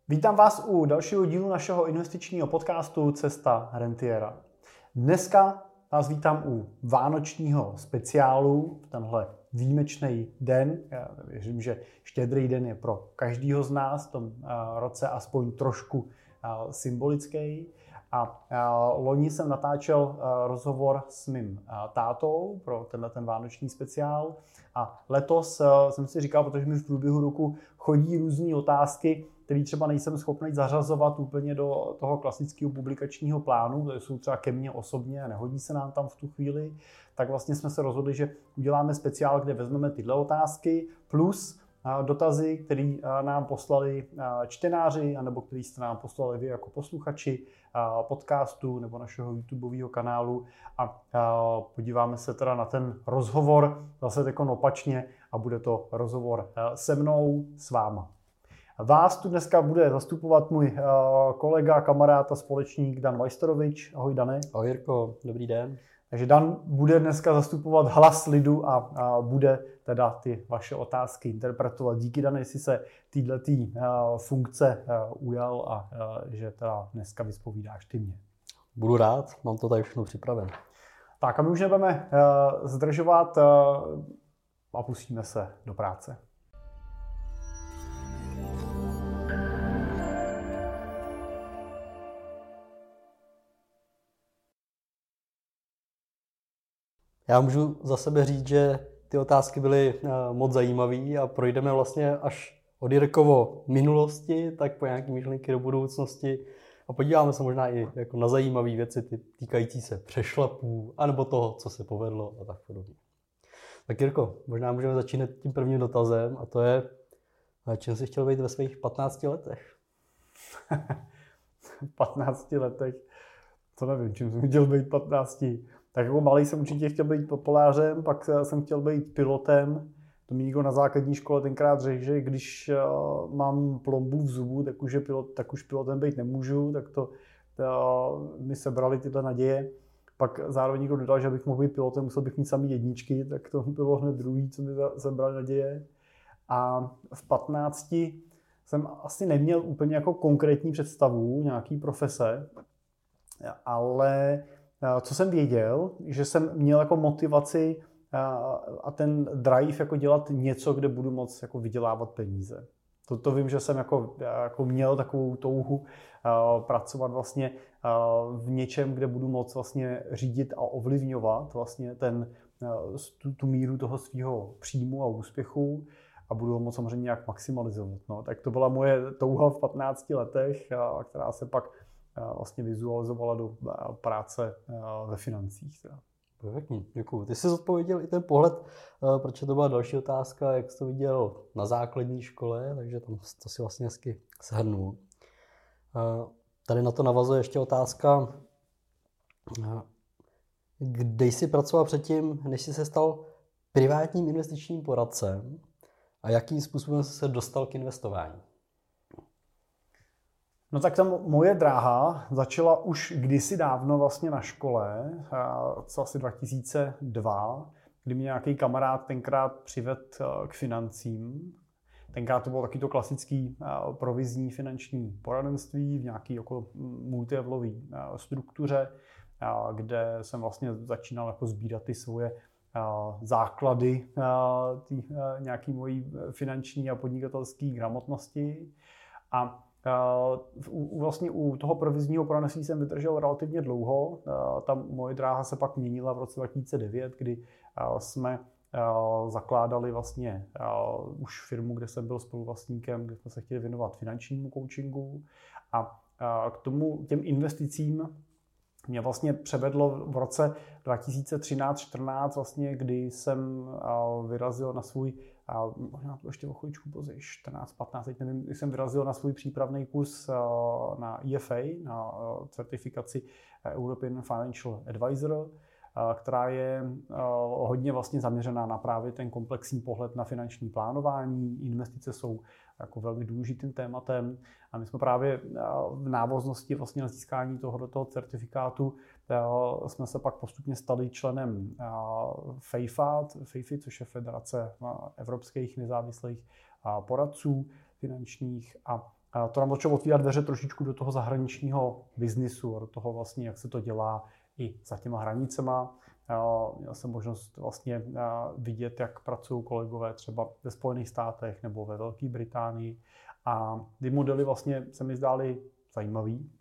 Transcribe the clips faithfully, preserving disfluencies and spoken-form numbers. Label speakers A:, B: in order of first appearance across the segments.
A: Vítám vás u dalšího dílu našeho investičního podcastu Cesta rentiera. Dneska vás vítám u vánočního speciálu, tenhle výjimečný den. Já věřím, že štědrý den je pro každého z nás v tom roce aspoň trošku symbolický. A loni jsem natáčel rozhovor s mým tátou pro tenhle ten vánoční speciál. A letos jsem si říkal, protože mi v průběhu roku chodí různé otázky, které třeba nejsem schopný zařazovat úplně do toho klasického publikačního plánu, které jsou třeba ke mně osobně a nehodí se nám tam v tu chvíli, tak vlastně jsme se rozhodli, že uděláme speciál, kde vezmeme tyhle otázky plus dotazy, které nám poslali čtenáři, anebo který jste nám poslali vy jako posluchači podcastu nebo našeho YouTubeového kanálu a podíváme se teda na ten rozhovor zase tak opačně a bude to rozhovor se mnou, s váma. Vás tu dneska bude zastupovat můj kolega, kamarád a společník Dan Vajstorovič. Ahoj, Dane.
B: Ahoj, Jirko, dobrý den.
A: Takže Dan bude dneska zastupovat hlas lidu a, a bude teda ty vaše otázky interpretovat. Díky, Dane, jestli se této funkce uh, ujal a uh, že teda dneska vyspovídáš ty mě.
B: Budu rád, mám to tady všechno připraven.
A: Tak a my už nebudeme uh, zdržovat uh, a pustíme se do práce.
B: Já můžu za sebe říct, že ty otázky byly moc zajímavé a projdeme vlastně až od Jirkovo minulosti, tak po nějaké myšlenky do budoucnosti a podíváme se možná i jako na zajímavé věci týkající se přešlapů anebo toho, co se povedlo a tak podobně. Tak Jirko, možná můžeme začínat tím prvním dotazem a to je, čím jsi chtěl být ve svých patnácti letech?
A: V patnácti letech? To nevím, čím jsem chtěl být patnácti. Tak jako malý jsem určitě chtěl být popolářem, pak jsem chtěl být pilotem. To mi někdo na základní škole tenkrát řekl, že když mám plombu v zubu, tak už, pilot, tak už pilotem být nemůžu, tak to, to mi sebrali tyhle naděje. Pak zároveň někdo dodal, že abych mohl být pilotem, musel bych mít samý jedničky, tak to bylo hned druhý, co mi sebrali naděje. A v patnácti jsem asi neměl úplně jako konkrétní představu nějaký profese, ale co jsem věděl, že jsem měl jako motivaci a ten drive jako dělat něco, kde budu moct jako vydělávat peníze. To, to vím, že jsem jako, jako měl takovou touhu uh, pracovat vlastně uh, v něčem, kde budu moct vlastně řídit a ovlivňovat vlastně ten, uh, tu, tu míru toho svého příjmu a úspěchu a budu ho moct samozřejmě nějak maximalizovat. No. Tak to byla moje touha v patnácti letech, uh, která se pak vlastně vizualizovala do práce ve financích.
B: Perfektní, děkuju. Ty jsi zodpověděl i ten pohled, protože to byla další otázka, jak jsi to viděl na základní škole, takže tam to si vlastně hezky shrnul. Tady na to navazuje ještě otázka, kde jsi pracoval předtím, než jsi se stal privátním investičním poradcem a jakým způsobem jsi se dostal k investování?
A: No tak tam moje dráha začala už kdysi dávno vlastně na škole, co asi dva tisíce dva, kdy mě nějaký kamarád tenkrát přivedl k financím. Tenkrát to bylo taky to klasický provizní finanční poradenství v nějaké jako multilevelové struktuře, kde jsem vlastně začínal jako sbírat ty svoje základy tý, nějaký mojí finanční a podnikatelské gramotnosti. A Uh, vlastně u toho provizního poradenství jsem vydržel relativně dlouho. Uh, tam moje dráha se pak měnila v roce dva tisíce devět, kdy uh, jsme uh, zakládali vlastně uh, už firmu, kde jsem byl spoluvlastníkem, kde jsme se chtěli věnovat finančnímu coachingu. A uh, k tomu těm investicím mě vlastně převedlo v roce dva tisíce třináct čtrnáct, vlastně, kdy jsem uh, vyrazil na svůj a možná to ještě o chvíličku později, čtrnáct patnáct, teď nevím, když jsem vyrazil na svůj přípravný kurz na E F A, na certifikaci European Financial Advisor, která je hodně vlastně zaměřená na právě ten komplexní pohled na finanční plánování. Investice jsou jako velmi důležitým tématem a my jsme právě v návaznosti vlastně na získání tohoto certifikátu jsme se pak postupně stali členem F A I F A, F A I F I, což je Federace evropských nezávislých poradců finančních, a A to nám začalo otvírat dveře trošičku do toho zahraničního biznisu, do toho vlastně, jak se to dělá i za těma hranicema. Měl jsem možnost vlastně vidět, jak pracují kolegové třeba ve Spojených státech nebo ve Velké Británii. A ty modely vlastně se mi zdály zajímavý.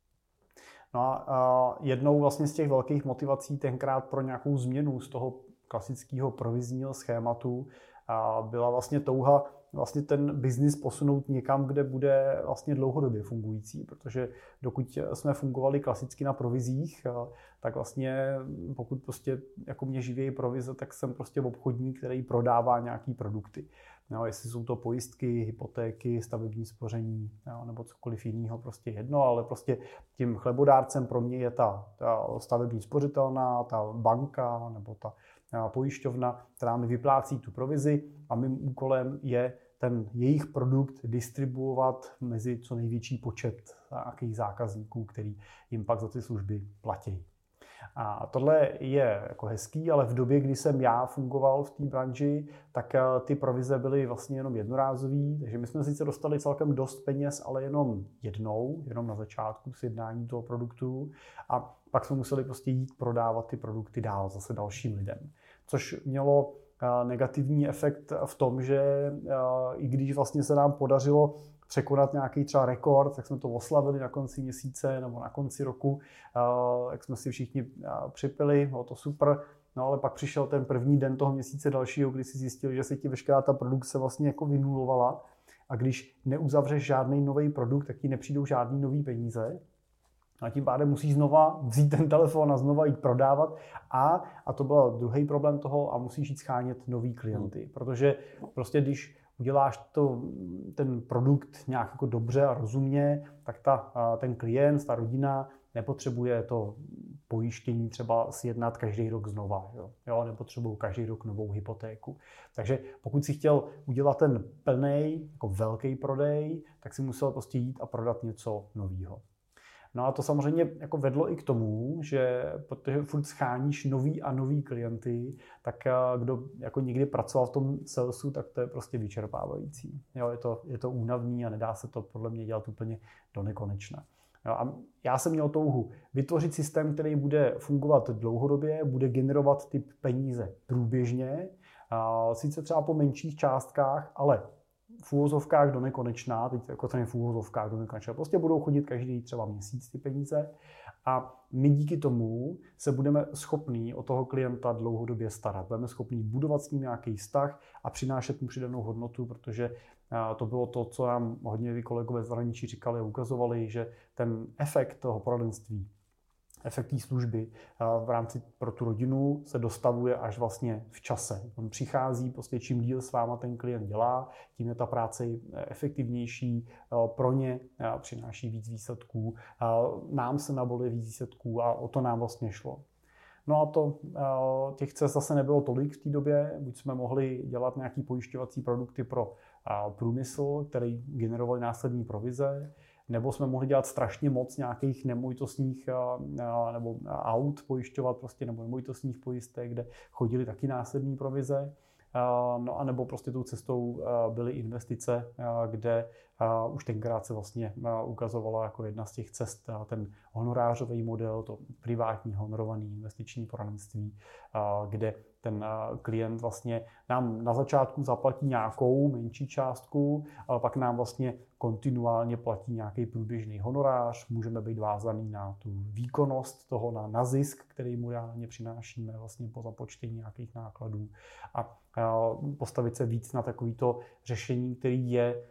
A: No a jednou vlastně z těch velkých motivací tenkrát pro nějakou změnu z toho klasického provizního schématu byla vlastně touha vlastně ten biznis posunout někam, kde bude vlastně dlouhodobě fungující, protože dokud jsme fungovali klasicky na provizích, tak vlastně pokud prostě jako mě živějí provize, tak jsem prostě obchodník, který prodává nějaký produkty. No, jestli jsou to pojistky, hypotéky, stavební spoření, jo, nebo cokoliv jiného, prostě jedno, ale prostě tím chlebodárcem pro mě je ta, ta stavební spořitelna, ta banka nebo ta pojišťovna, která mi vyplácí tu provizi a mým úkolem je ten jejich produkt distribuovat mezi co největší počet nějakých zákazníků, který jim pak za ty služby platí. A tohle je jako hezký, ale v době, kdy jsem já fungoval v té branži, tak ty provize byly vlastně jenom jednorázový, takže my jsme sice dostali celkem dost peněz, ale jenom jednou, jenom na začátku sjednání toho produktu a pak jsme museli prostě jít prodávat ty produkty dál zase dalším lidem, což mělo negativní efekt v tom, že i když vlastně se nám podařilo překonat nějaký třeba rekord, tak jsme to oslavili na konci měsíce nebo na konci roku, jak jsme si všichni připili, bylo to super, no ale pak přišel ten první den toho měsíce dalšího, kdy si zjistil, že se ti veškerá ta produkce vlastně jako vynulovala a když neuzavřeš žádný nový produkt, tak ti nepřijdou žádný nový peníze. A tím pádem musíš znova vzít ten telefon a znova jít prodávat. A, a to byl druhý problém toho, a musíš jít schánět nový klienty. Protože prostě když uděláš to, ten produkt nějak jako dobře a rozumně, tak ta, ten klient, ta rodina nepotřebuje to pojištění třeba sjednat každý rok znova. Jo? Jo, nepotřebují každý rok novou hypotéku. Takže pokud si chtěl udělat ten plný, jako velký prodej, tak si musel prostě jít a prodat něco nového. No a to samozřejmě jako vedlo i k tomu, že protože furt scháníš nový a nový klienty, tak kdo jako někdy pracoval v tom salesu, tak to je prostě vyčerpávající. Jo, je to, je to únavný a nedá se to podle mě dělat úplně do nekonečna. Jo, a já jsem měl touhu vytvořit systém, který bude fungovat dlouhodobě, bude generovat ty peníze průběžně, sice třeba po menších částkách, ale v úvozovkách do nekonečná, teď jako to je v úvozovkách do nekonečná, prostě budou chodit každý třeba měsíc ty peníze a my díky tomu se budeme schopní o toho klienta dlouhodobě starat. Budeme schopní budovat s ním nějaký vztah a přinášet mu přidanou hodnotu, protože to bylo to, co nám hodně kolegové z zahraničí říkali a ukazovali, že ten efekt toho poradenství, efekt té služby v rámci pro tu rodinu se dostavuje až vlastně v čase. On přichází, prostě čím díl s váma ten klient dělá, tím je ta práce efektivnější, pro ně přináší víc výsledků, nám se nabolí víc výsledků a o to nám vlastně šlo. No a to, těch cest zase nebylo tolik v té době, buď jsme mohli dělat nějaký pojišťovací produkty pro průmysl, který generoval následní provize, nebo jsme mohli dělat strašně moc nějakých nemovitostních nebo aut pojišťovat prostě, nebo nemovitostních pojistek, kde chodili taky následní provize. No a nebo prostě tou cestou byly investice, kde už tenkrát se vlastně ukazovala jako jedna z těch cest ten honorářový model, to privátní honorované investiční poradenství, kde ten klient vlastně nám na začátku zaplatí nějakou menší částku, ale pak nám vlastně kontinuálně platí nějaký průběžný honorář, můžeme být vázaný na tu výkonnost toho, na, na zisk, který mu reálně přinášíme vlastně po započtení nějakých nákladů a, a postavit se víc na takovýto řešení, který je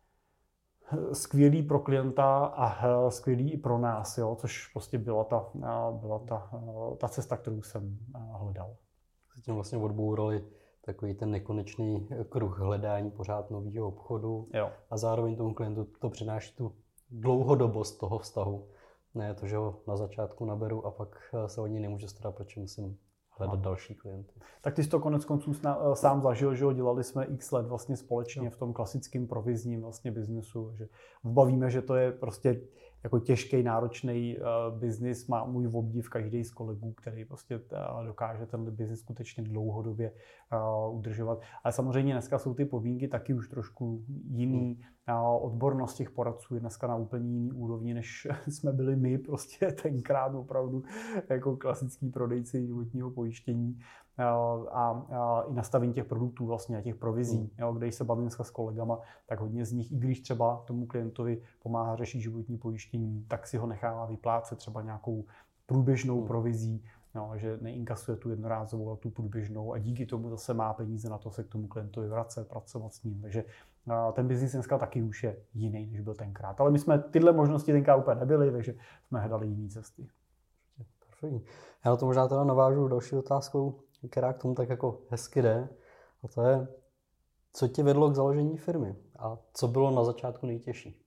A: skvělý pro klienta a skvělý i pro nás, jo, což prostě byla ta, byla ta, ta cesta, kterou jsem hledal.
B: Se tím vlastně odbourali takový ten nekonečný kruh hledání pořád nového obchodu, jo. A zároveň tomu klientu to přináší tu dlouhodobost toho vztahu. Ne to, že ho na začátku naberu a pak se o něj nemůžu starat, protože musím hledat no. další klienty.
A: Tak ty jsi to konec konců sám zažil, že ho dělali jsme x let vlastně společně jo. v tom klasickém provizním vlastně biznesu, že bavíme, že to je prostě jako těžký, náročný uh, biznis, má můj obdiv každý z kolegů, který prostě uh, dokáže ten biznis skutečně dlouhodobě uh, udržovat. Ale samozřejmě dneska jsou ty podmínky taky už trošku jiný. odbornost těch poradců je dneska na úplně jiný úrovni, než jsme byli my prostě tenkrát opravdu jako klasický prodejci životního pojištění a, a i nastavení těch produktů vlastně a těch provizí, mm. jo, kde se bavím dneska s kolegama, tak hodně z nich, i když třeba tomu klientovi pomáhá řešit životní pojištění, tak si ho nechává vyplácet třeba nějakou průběžnou mm. provizí, no, že neinkasuje tu jednorázovou a tu průběžnou a díky tomu zase má peníze na to se k tomu klientovi vracet, pracovat s ním. Takže ten biznis dneska taky už je jiný, než byl tenkrát. Ale my jsme tyhle možnosti tenkrát úplně nebyli, takže jsme hledali jiné cesty.
B: Perfektní. Já na to možná teda navážu další otázkou, která k tomu tak jako hezky jde. A to je, co tě vedlo k založení firmy a co bylo na začátku nejtěžší?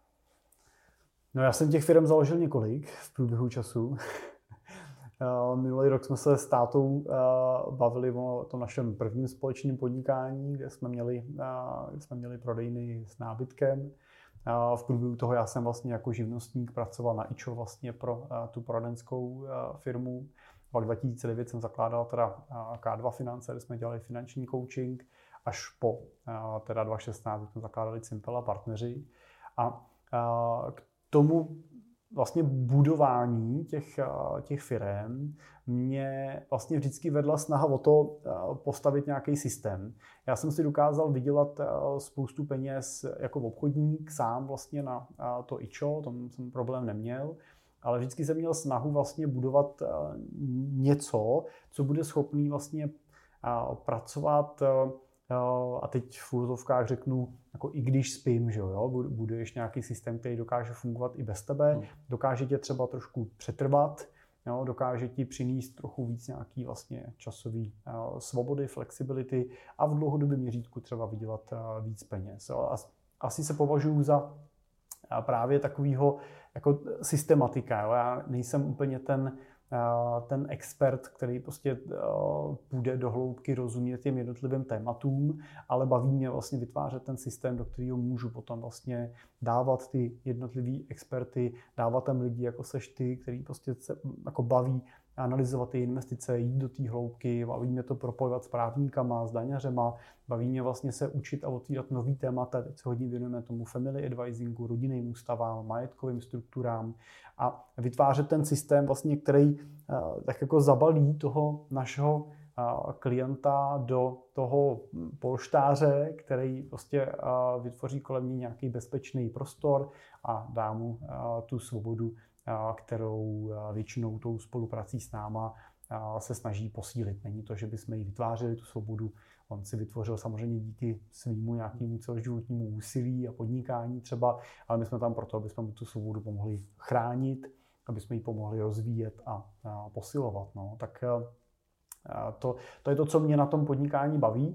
A: No já jsem těch firm založil několik v průběhu času. Minulý rok jsme se s tátou bavili o tom našem prvním společném podnikání, kde jsme měli, kde jsme měli prodejny s nábytkem. V průběhu toho já jsem vlastně jako živnostník pracoval na ičo vlastně pro tu poradenskou firmu. Pak dva tisíce devět jsem zakládal teda ká dva Finance, kde jsme dělali finanční coaching, až po teda dva tisíce šestnáct jsme zakládali Cimpel a partneři. A k tomu vlastně budování těch, těch firem mě vlastně vždycky vedla snaha o to postavit nějaký systém. Já jsem si dokázal vydělat spoustu peněz jako obchodník sám vlastně na to ičo, tam jsem problém neměl, ale vždycky jsem měl snahu vlastně budovat něco, co bude schopný vlastně pracovat. A teď v úvozovkách řeknu, jako i když spím, že jo, buduješ nějaký systém, který dokáže fungovat i bez tebe, hmm. dokáže tě třeba trošku přetrvat, jo, dokáže ti přinést trochu víc nějaký vlastně časový uh, svobody, flexibility a v dlouhodobém měřítku třeba vydělat uh, víc peněz. Jo. A asi se považuji za uh, právě takovýho jako systematika. Jo. Já nejsem úplně ten ten expert, který prostě půjde do hloubky rozumět těm jednotlivým tématům, ale baví mě vlastně vytvářet ten systém, do kterého můžu potom vlastně dávat ty jednotlivý experty, dávat tam lidi, jako seš ty, který prostě se jako baví analyzovat ty investice, jít do té hloubky, baví mě to propojovat s právníkama, s daňařema, baví mě vlastně se učit a otvírat nový témata. Teď se hodně věnujeme tomu family advisingu, rodinným ústavám, majetkovým strukturám a vytvářet ten systém, vlastně, který tak jako zabalí toho našeho klienta do toho polštáře, který prostě vytvoří kolem něj nějaký bezpečný prostor a dá mu tu svobodu, kterou většinou tou spoluprací s náma se snaží posílit. Není to, že bychom jí vytvářeli tu svobodu. On si vytvořil samozřejmě díky svýmu nějakému celoživotnímu úsilí a podnikání třeba, ale my jsme tam proto, aby jsme mu tu svobodu pomohli chránit, aby jsme ji pomohli rozvíjet a, a posilovat. No. Tak a to, to je to, co mě na tom podnikání baví,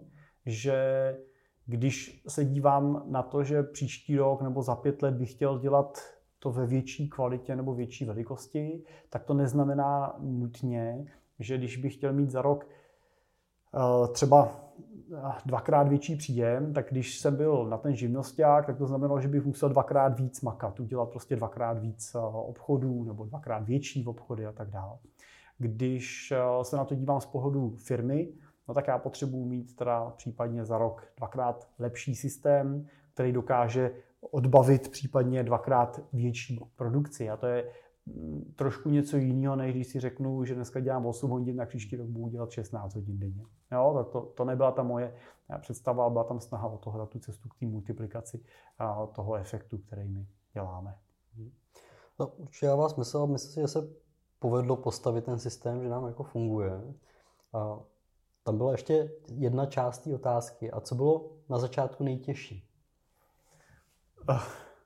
A: že když se dívám na to, že příští rok nebo za pět let bych chtěl dělat to ve větší kvalitě nebo větší velikosti, tak to neznamená nutně, že když bych chtěl mít za rok třeba dvakrát větší příjem, tak když jsem byl na ten živnosťák, tak to znamenalo, že bych musel dvakrát víc makat, udělat prostě dvakrát víc obchodů nebo dvakrát větší obchody a tak dále. Když se na to dívám z pohledu firmy, no tak já potřebuji mít teda případně za rok dvakrát lepší systém, který dokáže odbavit případně dvakrát větší produkci. A to je trošku něco jiného, než když si řeknu, že dneska dělám osm hodin, a příští rok budu dělat šestnáct hodin denně. Jo, tak to, to nebyla ta moje představa, byla tam snaha o to hledat tu cestu k té multiplikaci a toho efektu, který my děláme.
B: No, určitě já vás myslel, myslím si, že se povedlo postavit ten systém, že nám jako funguje. A tam byla ještě jedna část té otázky. A co bylo na začátku nejtěžší? Uh.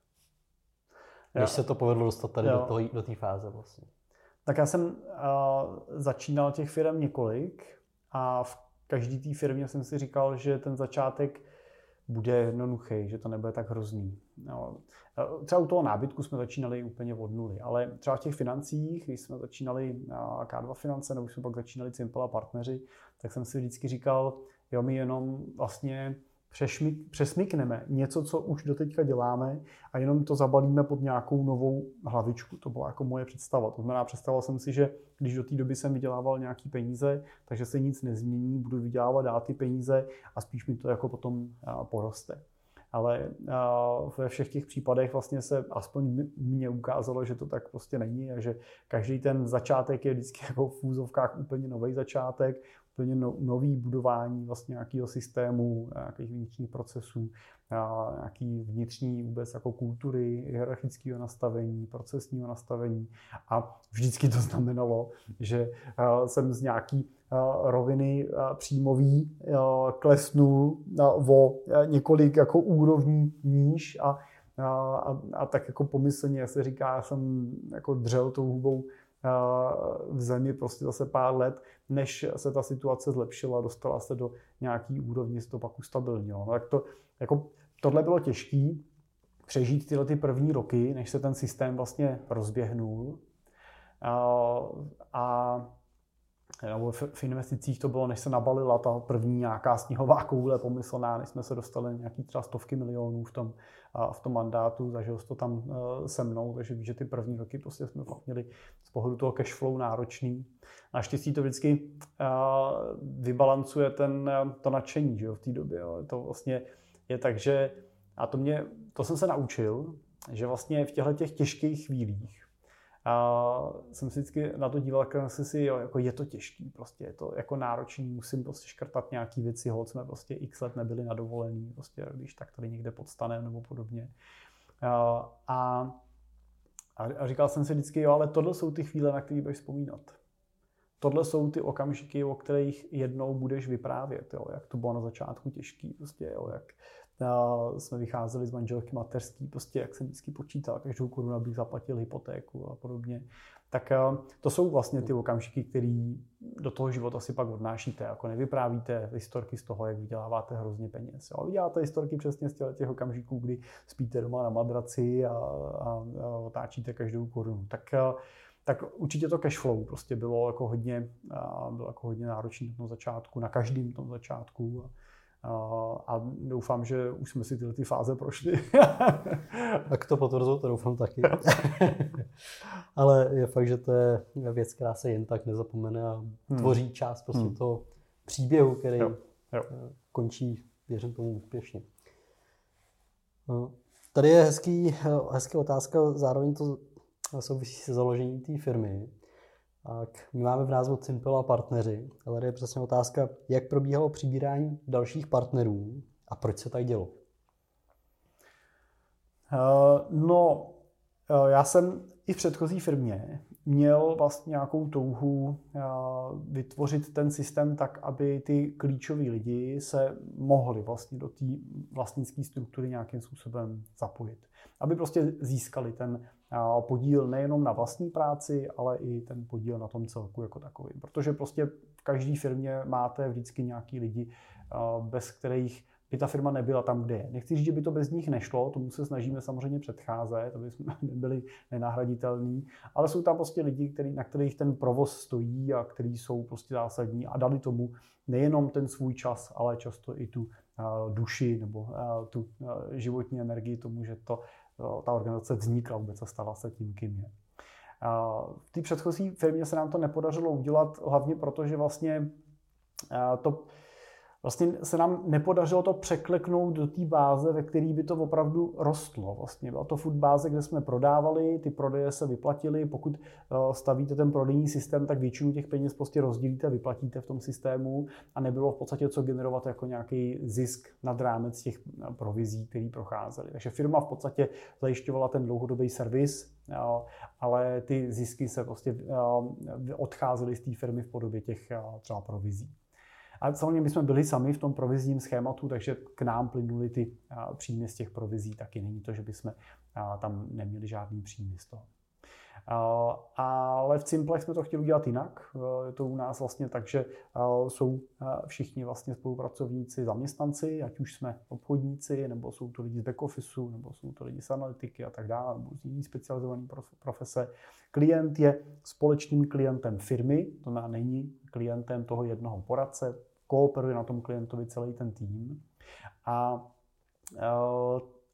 B: Když já, se to povedlo dostat tady jo. do té fáze vlastně.
A: Tak já jsem uh, začínal těch firm několik a v každé té firmě jsem si říkal, že ten začátek bude jednoduchý, že to nebude tak hrozný. No, třeba u toho nábytku jsme začínali úplně od nuly, ale třeba v těch financích, když jsme začínali ká dva Finance, nebo jsme pak začínali Cimpel a partneři, tak jsem si vždycky říkal, jo, my jenom vlastně Přešmik, přesmykneme něco, co už doteďka děláme a jenom to zabalíme pod nějakou novou hlavičku. To byla jako moje představa. To znamená, představoval jsem si, že když do té doby jsem vydělával nějaký peníze, takže se nic nezmění, budu vydělávat dál ty peníze a spíš mi to jako potom poroste. Ale ve všech těch případech vlastně se aspoň mně ukázalo, že to tak prostě není a že každý ten začátek je vždycky jako v úzovkách úplně nový začátek, úplně no, nový budování vlastně nějakého systému, nějakých vnitřních procesů, nějaký vnitřní vůbec jako kultury, hierarchického nastavení, procesního nastavení a vždycky to znamenalo, že jsem z nějaký roviny příjmový klesnul o několik jako úrovní níž a, a, a tak jako pomyslně, jak se říká, já jsem jako dřel tou hubou v zemi prostě zase pár let, než se ta situace zlepšila, dostala se do nějaký úrovně, se to pak ustabilnilo. No, tak to, jako, tohle bylo těžké, přežít tyhle ty první roky, než se ten systém vlastně rozběhnul. A, a nebo v investicích to bylo, než se nabalila ta první nějaká sněhová koule pomyslná, než jsme se dostali nějaký třeba stovky milionů v tom, v tom mandátu, zažil jsi to tam se mnou, takže víš, že ty první roky prostě jsme fakt měli z pohledu toho cash flow náročný. Naštěstí to vždycky vybalancuje ten, to nadšení, že jo, v té době. Jo. To vlastně je tak, že, a to, mě, to jsem se naučil, že vlastně v těchto těch těžkých chvílích a jsem si vždycky na to díval, jako si, jo, jako je to těžký, prostě je to jako náročný, musím prostě škrtat nějaký věci, holt jsme prostě x let nebyli na dovolený, prostě když tak tady někde pod stanem nebo podobně. A, a, a říkal jsem si vždycky, jo, ale tohle jsou ty chvíle, na které budeš vzpomínat. Tohle jsou ty okamžiky, o kterých jednou budeš vyprávět, jo, jak to bylo na začátku těžký, prostě, jo, jak jsme vycházeli z manželky mateřský, prostě jak jsem vždycky počítal, každou korunu, abych zaplatil hypotéku a podobně. Tak to jsou vlastně ty okamžiky, které do toho života si pak odnášíte. Jako nevyprávíte historky z toho, jak vyděláváte hrozně peněz. Jo. Vyděláte historky přesně z těch okamžiků, kdy spíte doma na madraci a, a, a otáčíte každou korunu. Tak, tak určitě to cash flow prostě bylo jako hodně, bylo jako hodně náročné na tom začátku, na každém tom začátku. A doufám, že už jsme si tyhle ty fáze prošli.
B: Tak to potvrzuji, to doufám taky. Ale je fakt, že to je věc, která se jen tak nezapomene a tvoří hmm. část prostě hmm. toho příběhu, který jo. Jo. končí, věřím tomu, úspěšně. Tady je hezký, hezká otázka, zároveň to souvisí se založením té firmy. Tak my máme v názvu Simple a partneři, ale tady je přesně otázka, jak probíhalo přibírání dalších partnerů a proč se tak dělo?
A: Uh, no, uh, já jsem i v předchozí firmě měl vlastně nějakou touhu uh, vytvořit ten systém tak, aby ty klíčoví lidi se mohli vlastně do té vlastnické struktury nějakým způsobem zapojit. Aby prostě získali ten podíl nejenom na vlastní práci, ale i ten podíl na tom celku jako takový. Protože prostě v každé firmě máte vždycky nějaký lidi, bez kterých by ta firma nebyla tam, kde je. Nechci říct, že by to bez nich nešlo, tomu se snažíme samozřejmě předcházet, aby jsme nebyli nenahraditelní, ale jsou tam prostě lidi, který, na kterých ten provoz stojí a kteří jsou prostě zásadní a dali tomu nejenom ten svůj čas, ale často i tu duši nebo tu životní energii tomu, že to ta organizace vznikla vůbec a stala se tím, kým je. V té předchozí firmě se nám to nepodařilo udělat, hlavně proto, že vlastně, to, vlastně se nám nepodařilo to překleknout do té báze, ve které by to opravdu rostlo. Vlastně byla to furt báze, kde jsme prodávali, ty prodeje se vyplatily. Pokud stavíte ten prodejní systém, tak většinu těch peněz prostě rozdílíte, vyplatíte v tom systému a nebylo v podstatě co generovat jako nějaký zisk nad rámec těch provizí, které procházely. Takže firma v podstatě zajišťovala ten dlouhodobý servis, ale ty zisky se prostě odcházely z té firmy v podobě těch třeba provizí. A samozřejmě my jsme byli sami v tom provizním schématu, takže k nám plynuly ty příjmy z těch provizí, taky není to, že bychom tam neměli žádný příjmy z toho. Ale v Simplech jsme to chtěli udělat jinak. Je to u nás vlastně tak, že jsou všichni vlastně spolupracovníci, zaměstnanci, ať už jsme obchodníci, nebo jsou to lidi z back officeu, nebo jsou to lidi z analytiky a tak dále, nebo z jiných specializované profese. Klient je společným klientem firmy, to znamená není klientem toho jednoho poradce, kooperuje na tom klientovi celý ten tým. A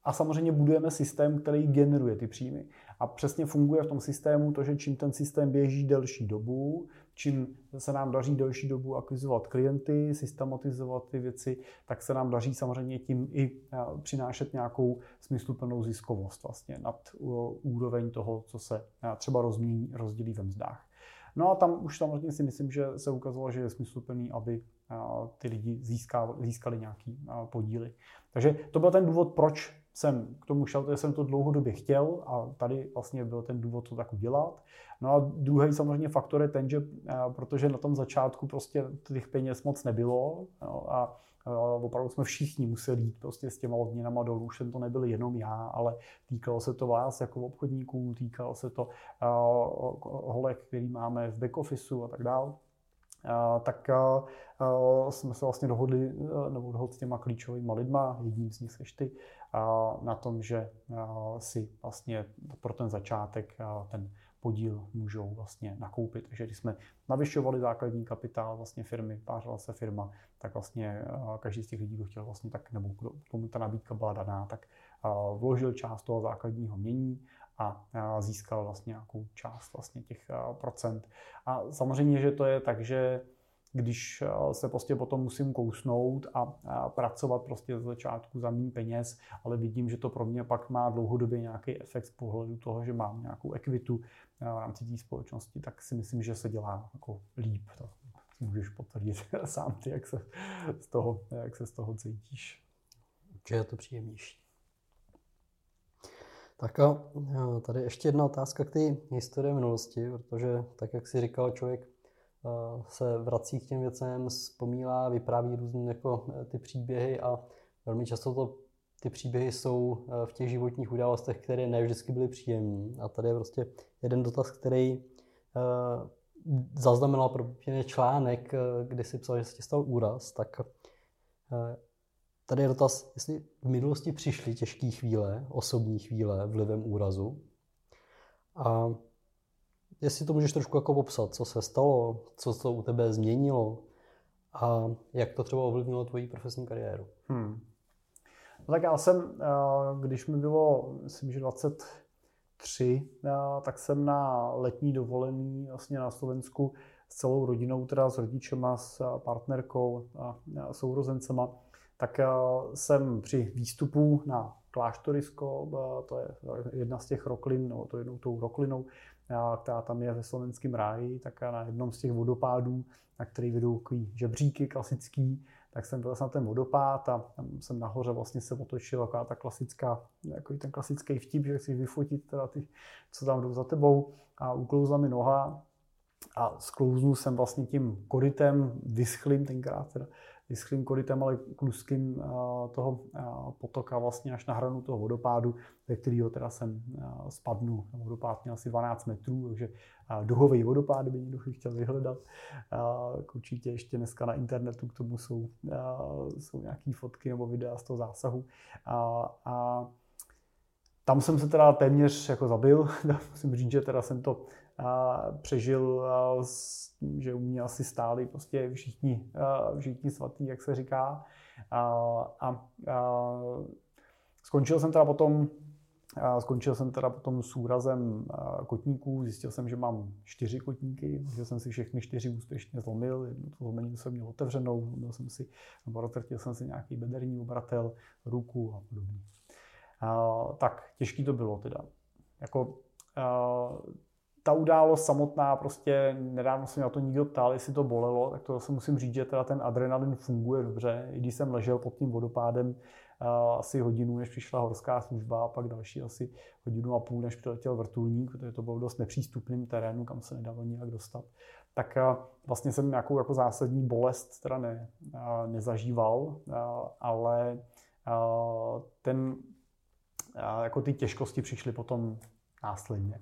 A: a samozřejmě budujeme systém, který generuje ty příjmy. A přesně funguje v tom systému to, že čím ten systém běží delší dobu, čím se nám daří delší dobu akvizovat klienty, systematizovat ty věci, tak se nám daří samozřejmě tím i přinášet nějakou smysluplnou ziskovost vlastně nad úroveň toho, co se třeba rozmění, rozdělí ve mzdách. No a tam už samozřejmě si myslím, že se ukazovalo, že je smysluplný, aby ty lidi získali, získali nějaký podíly. Takže to byl ten důvod, proč jsem k tomu šel, protože jsem to dlouhodobě chtěl a tady vlastně byl ten důvod to tak udělat. No a druhý samozřejmě faktor je ten, že protože na tom začátku prostě těch peněz moc nebylo, no a opravdu jsme všichni museli jít prostě s těma odměnama dolů, už jsem to nebyl jenom já, ale týkalo se to vás jako obchodníků, týkalo se to holek, který máme v back officeu a tak dále. Uh, tak uh, jsme se vlastně dohodli, uh, nebo dohodli s těma klíčovými lidma, jedním z nich seš ty, uh, na tom, že uh, si vlastně pro ten začátek uh, ten podíl můžou vlastně nakoupit. Takže když jsme navyšovali základní kapitál vlastně firmy, pářila se firma, tak vlastně uh, každý z těch lidí, kdo chtěl vlastně tak, nebo komu ta nabídka byla daná, tak uh, vložil část toho základního mění a získal vlastně nějakou část vlastně těch procent. A samozřejmě, že to je tak, že když se prostě potom musím kousnout a pracovat prostě z začátku za méně peněz, ale vidím, že to pro mě pak má dlouhodobě nějaký efekt z pohledu toho, že mám nějakou ekvitu v rámci té společnosti, tak si myslím, že se dělá jako líp. To můžeš potvrdit sám ty, jak se z toho, jak se z toho cítíš.
B: Že je to příjemnější. Tak a tady ještě jedna otázka k té historii minulosti, protože tak, jak jsi říkal, člověk se vrací k těm věcem, vzpomíná, vypráví různé jako ty příběhy a velmi často to, ty příběhy jsou v těch životních událostech, které ne vždycky byly příjemné. A tady je prostě jeden dotaz, který zaznamenal pro mě článek, kdy si psal, že se ti stal úraz, tak tady je dotaz, jestli v minulosti přišly těžké chvíle, osobní chvíle vlivem úrazu. A jestli to můžeš trošku jako popsat, co se stalo, co to u tebe změnilo a jak to třeba ovlivnilo tvoji profesní kariéru.
A: Hmm. No tak já jsem, když mi bylo, myslím, že dvacet tři, tak jsem na letní dovolený vlastně na Slovensku s celou rodinou, teda s rodičema, s partnerkou a sourozencema, tak jsem při výstupu na Kláštorisko, to je jedna z těch roklin, no to jednou tou roklinou, která tam je ve Slovenském ráji, tak na jednom z těch vodopádů, na který vedou takový žebříky klasický, tak jsem byl na ten vodopád a tam jsem nahoře vlastně se otočil taková ta klasická, jako ten klasický vtip, že chci vyfotit teda ty, co tam jdou za tebou, a uklouzla mi noha a sklouznul jsem vlastně tím korytem, vyschlým tenkrát teda, vyschlým korytem, ale kluským toho potoka vlastně až na hranu toho vodopádu, ve kterého teda jsem spadnul. Vodopád měl asi dvanáct metrů, takže duhový vodopád, by někdo chtěl vyhledat. Určitě ještě dneska na internetu k tomu jsou, jsou nějaké fotky nebo videa z toho zásahu. A, a tam jsem se teda téměř jako zabil. Musím říct, že teda jsem to a přežil, a že u mě asi stáli prostě všichni, všichni svatý, jak se říká. A, a, a skončil jsem teda potom, a skončil jsem teda potom s úrazem kotníků. Zjistil jsem, že mám čtyři kotníky, že jsem si všechny čtyři úspěšně zlomil. Jedno to zlomení jsem měl otevřenou, zlomil jsem si, nebo roztrtil jsem si nějaký bederní obratel, ruku a podobně. A, tak těžký to bylo teda. Jako, a, ta událost samotná, prostě nedávno se mě na to nikdo ptal, jestli to bolelo, tak to se musím říct, že teda ten adrenalin funguje dobře. I když jsem ležel pod tím vodopádem uh, asi hodinu, než přišla horská služba, a pak další asi hodinu a půl, než přiletěl vrtulník, protože to bylo v dost nepřístupným terénu, kam se nedalo nijak dostat, tak uh, vlastně jsem nějakou jako zásadní bolest teda ne, uh, nezažíval, uh, ale uh, ten, uh, jako ty těžkosti přišly potom následně.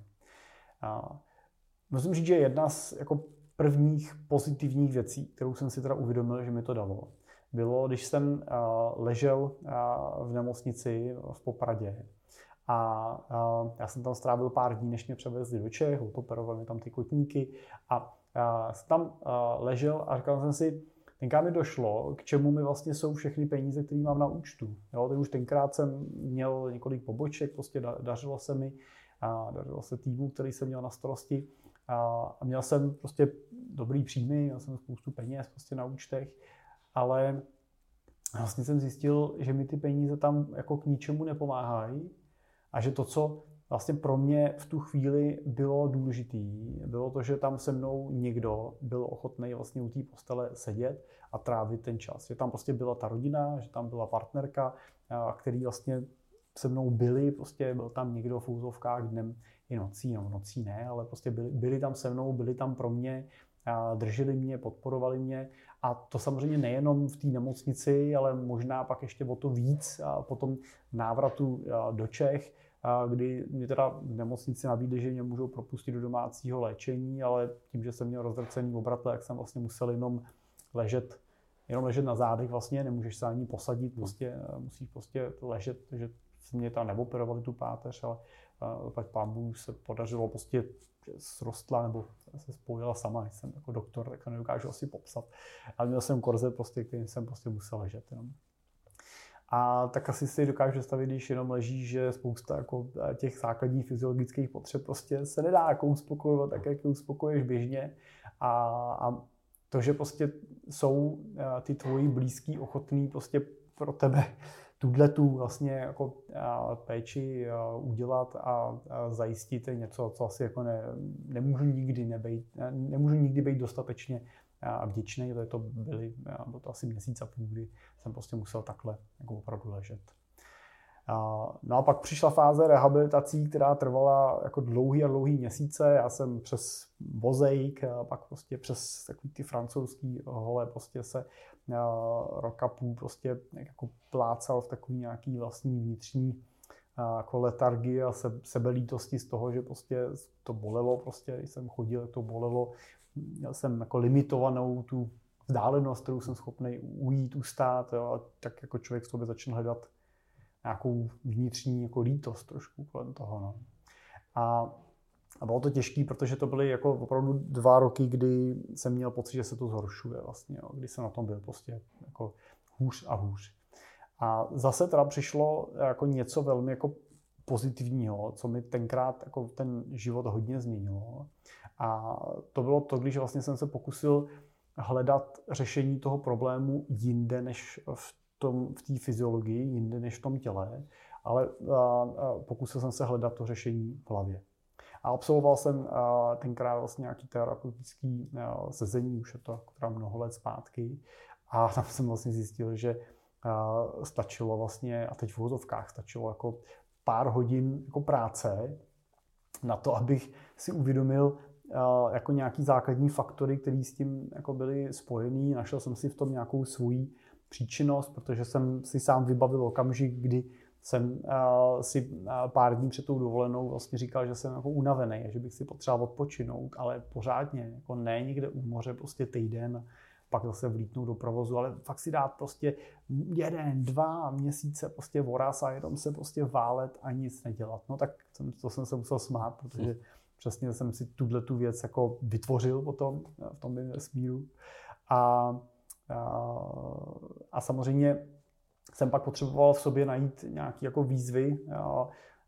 A: A musím říct, že jedna z jako prvních pozitivních věcí, kterou jsem si teda uvědomil, že mi to dalo, bylo, když jsem uh, ležel uh, v nemocnici v Popradě a uh, já jsem tam strávil pár dní, než mě převezli do Čech, operovali mi tam ty kotníky a uh, jsem tam uh, ležel a říkal jsem si, tenkrát mi došlo, k čemu mi vlastně jsou všechny peníze, které mám na účtu. Jo, teď už tenkrát jsem měl několik poboček, prostě dařilo se mi, a dařilo se týmu, který jsem měl na starosti. A měl jsem prostě dobrý příjmy, měl jsem spoustu peněz prostě na účtech, ale vlastně jsem zjistil, že mi ty peníze tam jako k ničemu nepomáhají a že to, co vlastně pro mě v tu chvíli bylo důležitý, bylo to, že tam se mnou někdo byl ochotný vlastně u té postele sedět a trávit ten čas. Že tam prostě byla ta rodina, že tam byla partnerka, který vlastně se mnou byli, prostě byl tam někdo v úzovkách dnem i nocí, no nocí ne, ale prostě byli, byli tam se mnou, byli tam pro mě, drželi mě, podporovali mě a to samozřejmě nejenom v té nemocnici, ale možná pak ještě o to víc a potom návratu do Čech, kdy mě teda v nemocnici nabídli, že mě můžou propustit do domácího léčení, ale tím, že jsem měl rozdrcený obratle, jak jsem vlastně musel jenom ležet, jenom ležet na zádech vlastně, nemůžeš se ani posadit, prostě musíš prostě ležet, takže se mě tam neoperovali tu páteř, ale pak pámu se podařilo prostě srostla nebo se spojila sama, jsem jako doktor, tak to nedokážu asi popsat. Ale měl jsem korzet, prostě, kterým jsem prostě musel ležet jenom. A tak asi si dokážu představit, když jenom leží, že spousta jako těch základních fyziologických potřeb prostě se nedá jako uspokojovat tak, jak je uspokojuješ běžně. A, a to, že prostě jsou ty tvoji blízký ochotný prostě pro tebe tuhletu vlastně jako péči udělat a zajistit něco, co asi jako ne, nemůžu nikdy nebejt, nemůžu nikdy být dostatečně vděčný, to, to byly, bylo to asi měsíc a půl, kdy jsem prostě musel takhle jako opravdu ležet. No a pak přišla fáze rehabilitací, která trvala jako dlouhý a dlouhý měsíce. Já jsem přes vozejk, a pak prostě přes takový ty francouzský hole prostě se rok a půl prostě jako plácal v takový nějaký vlastní vnitřní jako letargii a sebelítosti z toho, že prostě to bolelo, prostě, když jsem chodil, to bolelo. Měl jsem jako limitovanou tu vzdálenost, kterou jsem schopný ujít, ustát, jo, a tak jako člověk v sobě začal hledat nějakou vnitřní jako lítost trošku kolem toho. No. A, a bylo to těžké, protože to byly jako opravdu dva roky, kdy jsem měl pocit, že se to zhoršuje vlastně, jo, kdy jsem na tom byl prostě jako hůř a hůř. A zase teda přišlo jako něco velmi jako pozitivního, co mi tenkrát jako ten život hodně změnilo. A to bylo to, když vlastně jsem se pokusil hledat řešení toho problému jinde než v tom, v té fyziologii, jinde než v tom těle, ale a, a pokusil jsem se hledat to řešení v hlavě. A absolvoval jsem a, tenkrát vlastně nějaký terapeutický a, sezení, už je to teda mnoho let zpátky, a tam jsem vlastně zjistil, že a, stačilo vlastně, a teď v uvozovkách stačilo jako pár hodin jako práce na to, abych si uvědomil jako nějaký základní faktory, které s tím jako byly spojený. Našel jsem si v tom nějakou svoji příčinnost, protože jsem si sám vybavil okamžik, kdy jsem si pár dní před tou dovolenou vlastně říkal, že jsem jako unavený, že bych si potřeboval odpočinout, ale pořádně, jako ne někde u moře prostě týden, pak zase vlítnout do provozu, ale fakt si dát prostě jeden, dva měsíce prostě voraz a jenom se prostě válet a nic nedělat. No tak jsem, to jsem se musel smát, protože přesně jsem si tu věc jako vytvořil potom v tom vesmíru. A, a, a samozřejmě jsem pak potřeboval v sobě najít nějaké jako výzvy a, a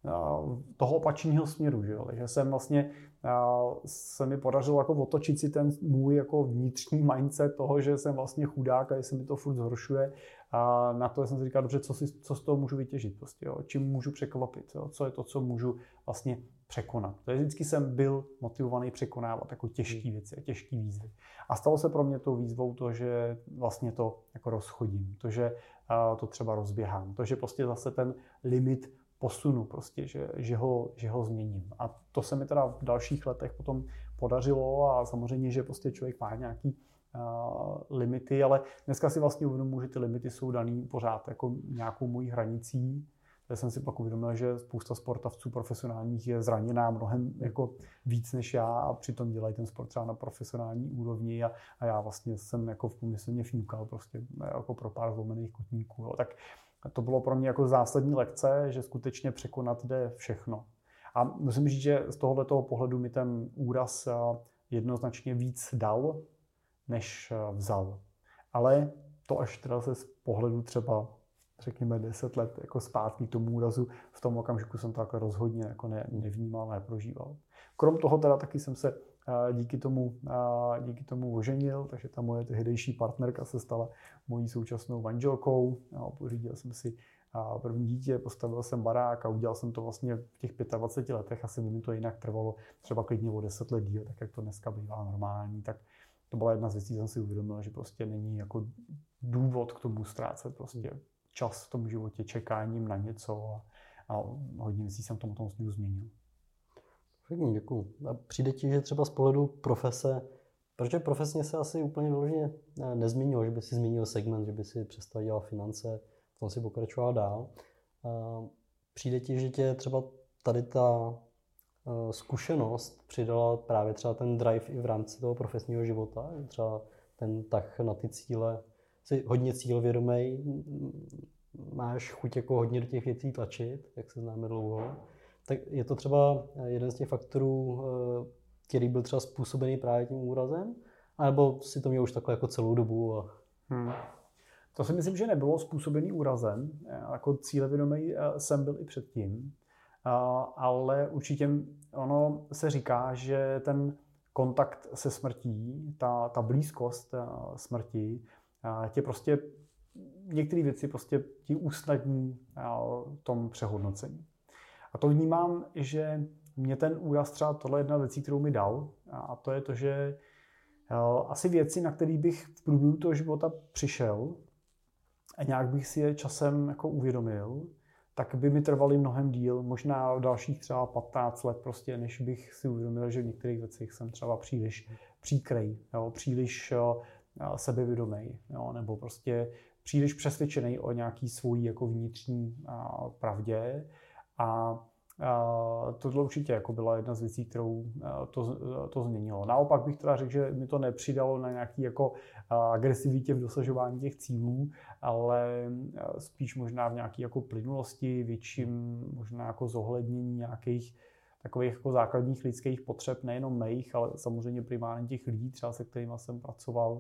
A: toho opačného směru. Že jo? Takže jsem vlastně, a, se mi podařilo jako otočit si ten můj jako vnitřní mindset toho, že jsem vlastně chudák a že se mi to furt zhoršuje. A na to jsem si říkal, dobře, co, si, co z toho můžu vytěžit, prostě, jo? Čím můžu překvapit, jo? Co je to, co můžu vlastně překonat. Takže vždycky jsem byl motivovaný překonávat jako těžké věci a těžké výzvy. A stalo se pro mě tou výzvou to, že vlastně to jako rozchodím, to, že uh, to třeba rozběhám, to, že prostě zase ten limit posunu, prostě, že, že, ho, že ho změním. A to se mi teda v dalších letech potom podařilo a samozřejmě, že prostě člověk má nějaký uh, limity, ale dneska si vlastně uvědomuji, že ty limity jsou daný pořád jako nějakou mojí hranicí. Já jsem si pak uvědomil, že spousta sportovců profesionálních je zraněná mnohem jako víc než já a přitom dělají ten sport třeba na profesionální úrovni a, a já vlastně jsem jako v pomyslně fňukal prostě jako pro pár zlomených kotníků. Jo. Tak to bylo pro mě jako zásadní lekce, že skutečně překonat jde všechno. A musím říct, že z tohoto pohledu mi ten úraz jednoznačně víc dal, než vzal. ale to až teda se z pohledu třeba řekněme deset let jako zpátky k tomu úrazu, v tom okamžiku jsem to jako rozhodně jako ne, nevnímal, neprožíval. Krom toho teda taky jsem se díky tomu, díky tomu oženil, takže ta moje tehdejší partnerka se stala mojí současnou manželkou. Pořídil jsem si první dítě, postavil jsem barák a udělal jsem to vlastně v těch dvaceti pěti letech, asi by mi to jinak trvalo třeba klidně o deset let díl, tak jak to dneska bývá normální, tak to byla jedna z věcí, jsem si uvědomil, že prostě není jako důvod k tomu ztrácet prostě čas v tom životě čekáním na něco a, a hodně věcí jsem v tom tom směru změnil.
B: Pěkně, děkuju. A přijde ti, že třeba z pohledu profese, protože profesně se asi úplně vyloženě nezměnilo, že by si změnil segment, že by si přestal dělat finance, v tom si pokračoval dál. Přijde ti, že tě třeba tady ta zkušenost přidala právě třeba ten drive i v rámci toho profesního života, že třeba ten tah na ty cíle, jsi hodně cílvědomý, máš chuť jako hodně do těch věcí tlačit, jak se známe dlouho. Tak je to třeba jeden z těch faktorů, který byl třeba způsobený právě tím úrazem? A nebo si to měl už takhle jako celou dobu? A...
A: Hmm. To si myslím, že nebylo způsobený úrazem. Jako cílevědomý jsem byl i předtím. Ale určitě ono se říká, že ten kontakt se smrtí, ta, ta blízkost smrti, tě prostě některé věci prostě ti usnadní v tom přehodnocení. A to vnímám, že mě ten úraz třeba tohle je jedna věcí, kterou mi dal, a to je to, že asi věci, na které bych v průběhu toho života přišel a nějak bych si je časem jako uvědomil, tak by mi trvaly mnohem díl, možná dalších třeba patnáct let prostě, než bych si uvědomil, že v některých věcech jsem třeba příliš příkrej, jo, příliš sebevědomý, jo, nebo prostě příliš přesvědčený o nějaký svojí jako vnitřní a, pravdě. A a tohle určitě jako byla jedna z věcí, kterou to, to změnilo. Naopak bych teda řekl, že mi to nepřidalo na nějaký jako agresivitě v dosažování těch cílů, ale spíš možná v nějaké jako plynulosti, větším možná jako zohlednění nějakých takových jako základních lidských potřeb, nejenom mých, ale samozřejmě primárně těch lidí, třeba se kterými jsem pracoval.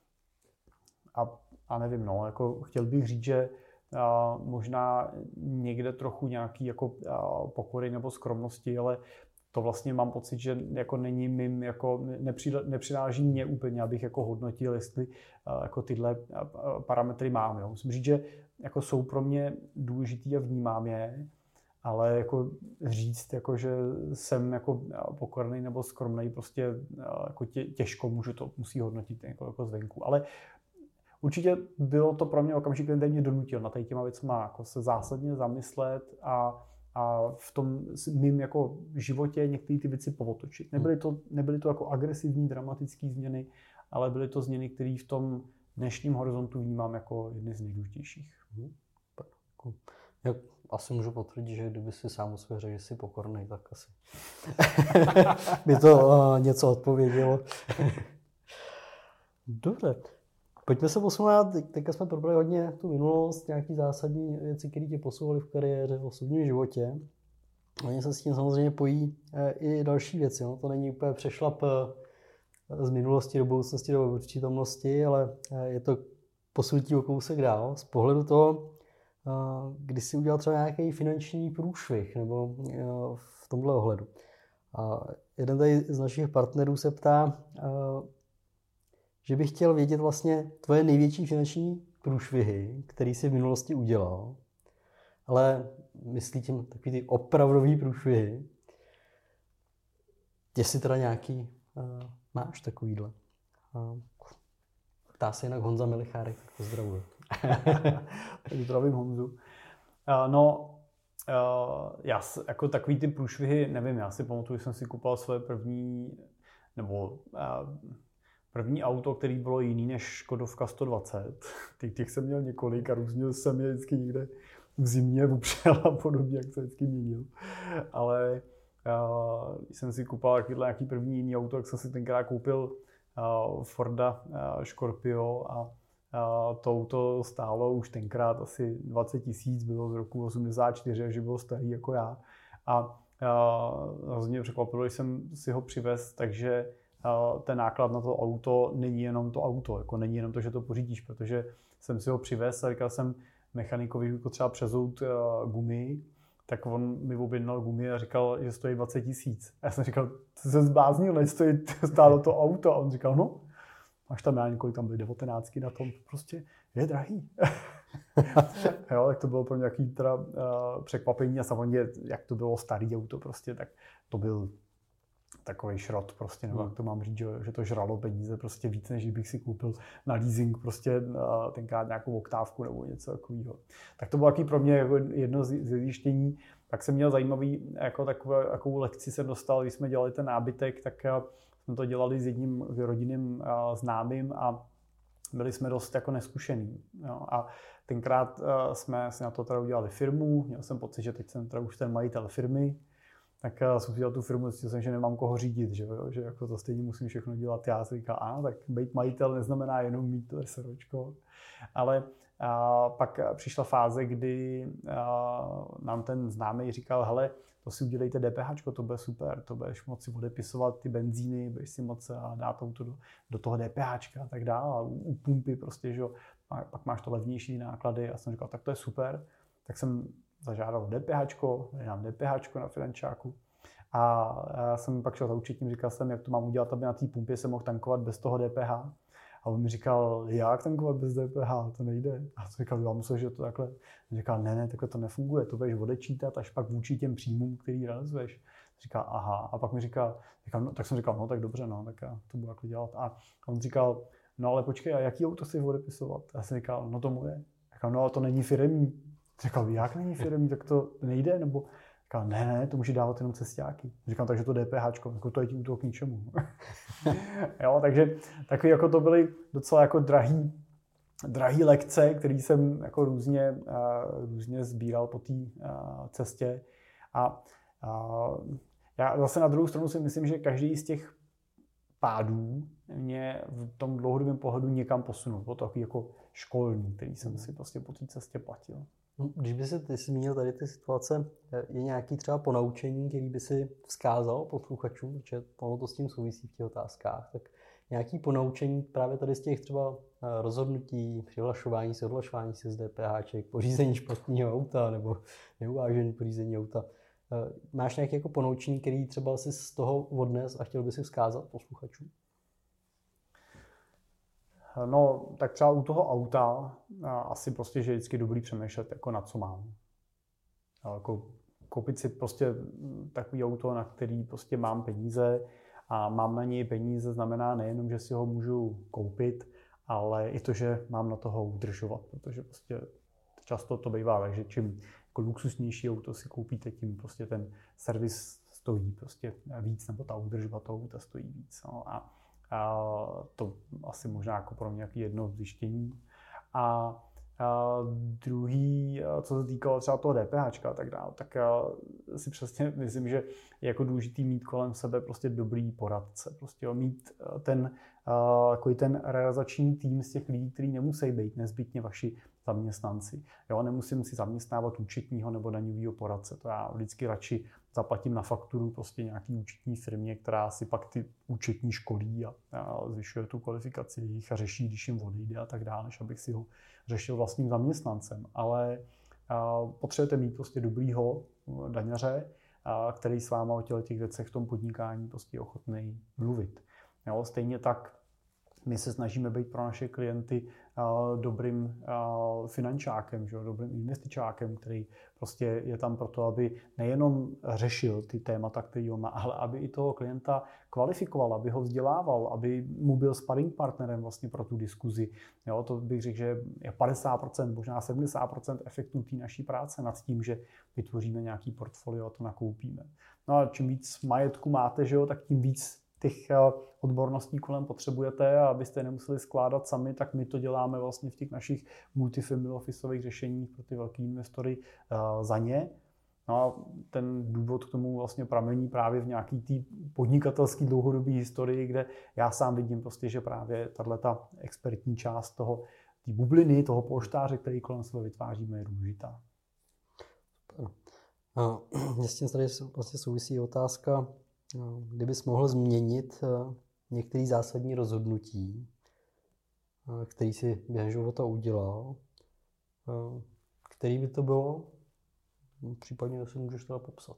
A: A, a nevím, no, jako chtěl bych říct, že a možná někde trochu nějaký jako pokory nebo skromnosti, ale to vlastně mám pocit, že jako není mým, jako nepřináží mě úplně, abych jako hodnotil, jestli jako tyhle parametry mám. Jo. Musím říct, že jako jsou pro mě důležitý a vnímám je, ale jako říct, jako, že jsem jako pokorný nebo skromný, prostě jako tě, těžko můžu to, musí hodnotit jako, jako zvenku. Ale určitě bylo to pro mě okamžik, který mě donutil na tady těma věcma jako se zásadně zamyslet a, a v tom mým jako životě některé ty věci povotočit. Nebyly to, nebyly to jako agresivní, dramatické změny, ale byly to změny, které v tom dnešním horizontu vnímám jako jedny z nejdůležitějších.
B: Hmm. Já asi můžu potvrdit, že kdyby si sám o sobě řekl, že jsi pokorný, tak asi by to uh, něco odpovědělo. Dobře. Pojďme se posunout, teďka jsme probrali hodně tu minulost, nějaký zásadní věci, které tě posouvaly v kariéře, v osobním životě. Oni se s tím samozřejmě pojí i další věci. No? To není úplně přešlap z minulosti do budoucnosti, do přítomnosti, ale je to posunutí o kousek dál. Z pohledu toho, kdy jsi udělal třeba nějaký finanční průšvih, nebo v tomhle ohledu. A jeden tady z našich partnerů se ptá, že bych chtěl vědět vlastně tvoje největší finanční průšvihy, který jsi v minulosti udělal, ale myslí tím takový ty opravdový průšvihy. Jestli teda nějaký uh, máš takovýhle. Uh, ptá se jinak Honza Milichárek, pozdravuji.
A: Tak zdravím Honzu. Uh, no, uh, já jako takový ty průšvihy, nevím, já si pamatuju, že jsem si kupoval svoje první, nebo uh, První auto, který bylo jiný než Škodovka sto dvacet. Těch, těch jsem měl několik a různě jsem je vždycky někde v zimě upřel a podobně, jak se vždycky měnil. Ale uh, když jsem si kupoval takovýhle nějaký první jiný auto, tak jsem si tenkrát koupil uh, Forda uh, Scorpio a uh, to auto stálo už tenkrát asi dvacet tisíc, bylo z roku osmdesát čtyři, takže bylo starý jako já. A uh, hrozně překvapilo, že jsem si ho přivez, takže ten náklad na to auto není jenom to auto, jako není jenom to, že to pořídíš, protože jsem si ho přivez a říkal jsem mechanikovi, jako třeba přezout gumy, tak on mi objednal gumy a říkal, že stojí dvacet tisíc. A já jsem říkal, to se zbláznil, než stojí, stálo to auto. A on říkal, no, máš tam já několik, tam byly devatenáctky na tom, to prostě je drahý. Jo, tak to bylo pro mě nějaký teda, uh, překvapení a samozřejmě, jak to bylo starý auto prostě, tak to byl takový šrot prostě, nebo jak to mám říct, že, že to žralo peníze prostě víc, než bych si koupil na leasing prostě uh, tenkrát nějakou oktávku nebo něco takového. Tak to bylo taky pro mě jako jedno z zjištění. Tak jsem měl zajímavý, jako takové, takovou lekci jsem dostal, když jsme dělali ten nábytek, tak uh, jsme to dělali s jedním rodinným uh, známým a byli jsme dost jako neskušený. Jo. A tenkrát uh, jsme si na to teda udělali firmu, měl jsem pocit, že teď jsem teda už ten majitel firmy, tak uh, jsem udělal tu firmu, zjistil jsem, že nemám koho řídit, že, jo? Že jako to stejně musím všechno dělat. Já si říkal, a tak být majitel neznamená jenom mít to SROčko. Ale uh, pak přišla fáze, kdy uh, nám ten známý říkal, hele, to si udělejte DPHčko, to bude super, to budeš moci odepisovat ty benzíny, budeš si moc dát auto do, do toho DPHčka a tak dále. A u, u pumpy prostě, že jo, pak máš to levnější náklady a jsem říkal, tak to je super. Tak jsem zažádal DPHčko, dám DPHčko na finančáku. A já jsem pak šel za účetním, říkal jsem, jak to mám udělat, aby na té pumpě se mohl tankovat bez toho D P H. A on mi říkal, jak tankovat bez D P H, to nejde. A jsem říkal, já musel, že to takhle. On říkal, ne, ne, takhle to nefunguje, to budeš odečítat až pak vůči těm příjmům, který realizuješ. Říkal, aha. A pak mi říkal, říkal no, tak jsem říkal, no tak dobře, no, tak já to budu takhle dělat. A on říkal, no ale počkej, a jaký auto si odepisovat? A já jsem říkal, no to moje. Říkal, no ale to není firemní. Říkal, jak není firemní, tak to nejde, nebo říkal, ne, ne, to může dávat jenom cestáky. Říkal, takže to DPHčko, jako to je tím to k ničemu. Jo, takže takový jako to byly docela jako drahý, drahý lekce, které jsem jako různě, uh, různě sbíral po té uh, cestě. A uh, já zase na druhou stranu si myslím, že každý z těch pádů mě v tom dlouhodobém pohledu někam posunul. Bylo to takový jako školní, který jsem si prostě po té cestě platil.
B: Když by si ty zmínil tady ty situace, je nějaký třeba ponaučení, který by si vzkázal posluchačům, protože ono to s tím souvisí v těch otázkách, tak nějaký ponaučení právě tady z těch třeba rozhodnutí, přihlašování se, odhlašování se z DPHček, pořízení špatného auta nebo neuvážený pořízení auta. Máš nějaké jako ponaučení, který třeba si z toho odnes a chtěl by si vzkázat posluchačům?
A: No, tak třeba u toho auta asi prostě, že je vždycky dobrý přemýšlet, jako na co mám. Jako koupit si prostě takový auto, na který prostě mám peníze a mám na něj peníze znamená nejenom, že si ho můžu koupit, ale i to, že mám na toho udržovat, protože prostě často to bývá tak, že čím jako luxusnější auto si koupíte, tím prostě ten servis stojí prostě víc, nebo ta údržba toho auta stojí víc. No. A A to asi možná jako pro mě jedno zjištění. A, a druhý, co se týkalo třeba toho DPHčka a tak dále, tak si přesně myslím, že je jako důležitý mít kolem sebe prostě dobrý poradce. Prostě jo, mít ten, jako ten realizační tým z těch lidí, kteří nemusí být nezbytně vaši zaměstnanci. Jo, nemusím si zaměstnávat účetního nebo daňového poradce. To já vždycky radši zaplatím na fakturu prostě nějaký účetní firmě, která si pak ty účetní školí a, a zvyšuje tu kvalifikaci jejich a řeší, když jim odejde a tak dále, než abych si ho řešil vlastním zaměstnancem. Ale a, potřebujete mít prostě dobrýho daňaře, a, který s váma o těch věcech v tom podnikání prostě je ochotný mluvit. Jo, stejně tak my se snažíme být pro naše klienty uh, dobrým uh, finančákem, že, dobrým investičákem, který prostě je tam proto, aby nejenom řešil ty témata, který on má, ale aby i toho klienta kvalifikoval, aby ho vzdělával, aby mu byl sparring partnerem vlastně pro tu diskuzi. Jo, to bych řekl, že je padesát procent, možná sedmdesát procent efektů té naší práce nad tím, že vytvoříme nějaký portfolio a to nakoupíme. No a čím víc majetku máte, že jo, tak tím víc těch odborností kolem potřebujete a abyste nemuseli skládat sami, tak my to děláme vlastně v těch našich multifamily officeových řešeních pro ty velké investory uh, za ně. No a ten důvod k tomu vlastně pramení právě v nějaký té podnikatelské dlouhodobé historii, kde já sám vidím prostě, že právě tato expertní část toho, té bubliny, toho polštáře, který kolem sebe vytváříme, je důležitá.
B: Mě s tím tady vlastně souvisí otázka, kdybys mohl změnit některé zásadní rozhodnutí, který si během života udělal, který by to bylo? Případně si můžeš teda popsat.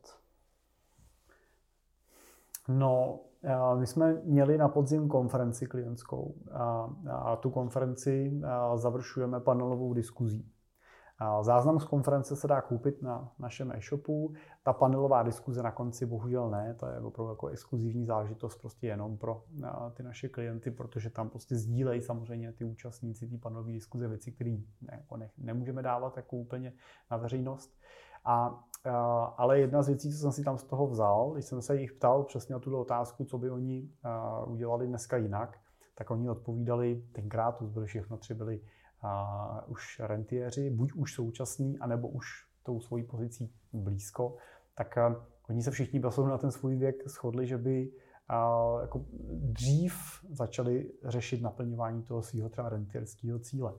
A: No, my jsme měli na podzim konferenci klientskou a, a tu konferenci završujeme panelovou diskuzí. Záznam z konference se dá koupit na našem e-shopu. Ta panelová diskuze na konci bohužel ne, to je opravdu jako exkluzivní záležitost prostě jenom pro ty naše klienty, protože tam prostě sdílejí samozřejmě ty účastníci té panelové diskuze věci, které ne, jako ne, nemůžeme dávat jako úplně na veřejnost. A, a, ale jedna z věcí, co jsem si tam z toho vzal, když jsem se jich ptal přesně na tuto otázku, co by oni a, udělali dneska jinak, tak oni odpovídali, tenkrát to byli všechno tři byli a, už rentiéři, buď už současní, anebo už tou svojí pozicí blízko, tak a, oni se všichni basou na ten svůj věk shodli, že by a, jako dřív začali řešit naplňování toho svého třeba rentiérského cíle.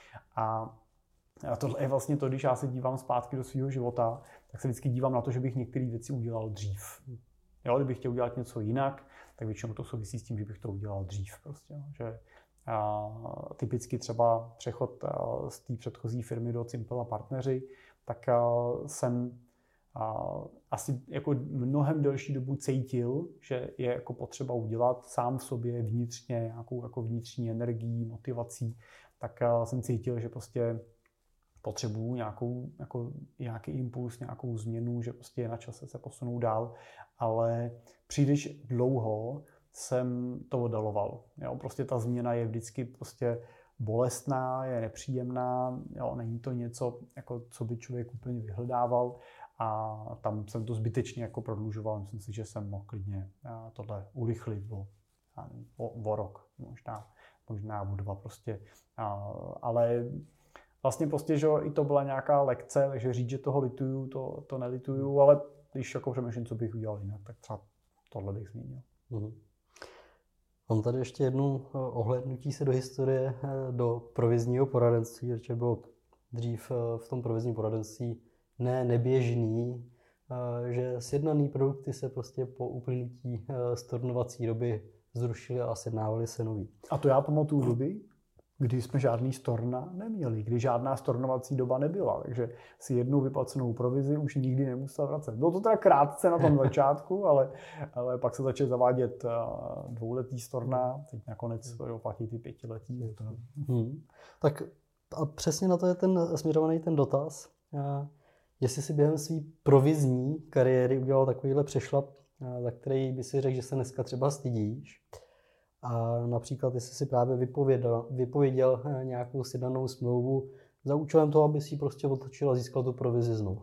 A: A A tohle je vlastně to, když já se dívám zpátky do svého života, tak se vždycky dívám na to, že bych některé věci udělal dřív. Jo, kdybych chtěl udělat něco jinak, tak většinou to souvisí s tím, že bych to udělal dřív. Prostě, no. Že, a, typicky třeba přechod a, z té předchozí firmy do Cimpel a partneři, tak a, jsem a, asi jako mnohem delší dobu cítil, že je jako potřeba udělat sám v sobě vnitřně nějakou jako vnitřní energií, motivací, tak a, jsem cítil, že prostě potřebuju nějakou, jako, nějaký impuls, nějakou změnu, že prostě je na čase se posunout dál, ale příliš dlouho jsem to oddaloval. Jo? Prostě ta změna je vždycky prostě bolestná, je nepříjemná, jo? Není to něco, jako, co by člověk úplně vyhledával a tam jsem to zbytečně jako prodlužoval. Myslím si, že jsem mohl klidně tohle urychlit o, o, o rok, možná, možná o dva prostě, ale vlastně prostě, že i to byla nějaká lekce, takže říct, že toho lituju, to, to nelituju, ale když jako přemýšlím, co bych udělal jinak, tak třeba tohle bych změnil.
B: Mm-hmm. Mám tady ještě jednu ohlédnutí se do historie, do provizního poradenství, protože bylo dřív v tom provizním poradenství ne neběžný, že sjednaný produkty se prostě po uplynutí stornovací doby zrušily a sjednávaly se nový.
A: A to já pamatuju doby, kdy jsme žádný storna neměli, kdy žádná stornovací doba nebyla, takže si jednu vyplacenou provizi už nikdy nemusel vracet. Bylo to teda krátce na tom začátku, ale, ale pak se začaly zavádět dvouletý storna, teď nakonec platí ty pětiletí.
B: Hmm. Tak a přesně na to je ten směřovaný ten dotaz. Jestli si během své provizní kariéry udělal takovýhle přešlap, za který by si řekl, že se dneska třeba stydíš, a například, jestli si právě vypověděl, vypověděl nějakou sjednanou smlouvu za účelem toho, aby si ji prostě otočil a získal tu provizi znovu.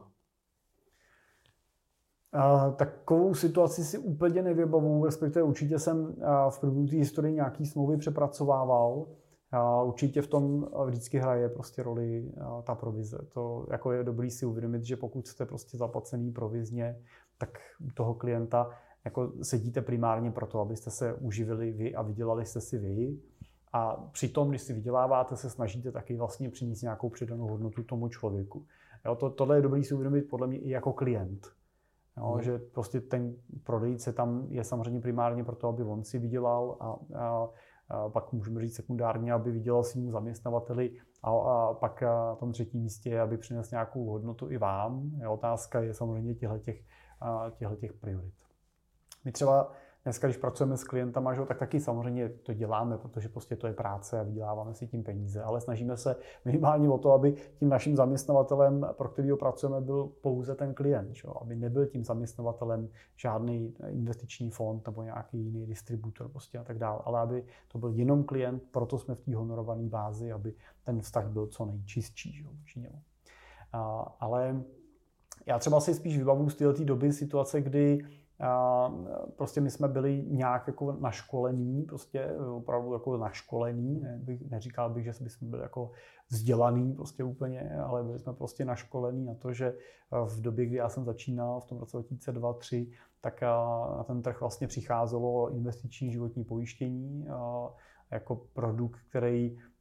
A: A, takovou situaci si úplně nevybavuju, respektive určitě jsem v průběhu té historie nějaký smlouvy přepracovával. A určitě v tom vždycky hraje prostě roli ta provize. To jako je dobrý si uvědomit, že pokud jste prostě zaplacený provizně, tak toho klienta jako sedíte primárně proto, abyste se uživili vy a vydělali jste si vy. A přitom, když si vyděláváte, se snažíte taky vlastně přinést nějakou přidanou hodnotu tomu člověku. Jo, to, tohle je dobrý si uvědomit podle mě i jako klient. Jo, mm. Že prostě ten prodejce tam je samozřejmě primárně proto, aby on si vydělal a, a, a pak můžeme říct sekundárně, aby vydělal svým zaměstnavateli a, a pak na tom třetím místě je, aby přinesl nějakou hodnotu i vám. Jo, otázka je samozřejmě těchto priorit. My třeba dneska, když pracujeme s klientama, že, tak taky samozřejmě to děláme, protože prostě to je práce a vyděláváme si tím peníze, ale snažíme se minimálně o to, aby tím naším zaměstnavatelem, pro kterého pracujeme, byl pouze ten klient, že, aby nebyl tím zaměstnavatelem žádný investiční fond nebo nějaký jiný distributor prostě a tak dále, ale aby to byl jenom klient, proto jsme v té honorované bázi, aby ten vztah byl co nejčistší, že, vůči němu. A, ale já třeba si spíš vybavuju z této doby situace, kdy a prostě my jsme byli nějak jako naškolení, prostě opravdu jako naškolení, ne, bych, neříkal bych, že jsme byli jako vzdělaný prostě úplně, ale byli jsme prostě naškolení na to, že v době, kdy já jsem začínal v tom roce dva tisíce dva tři, tak na ten trh vlastně přicházelo investiční životní pojištění jako produkt, který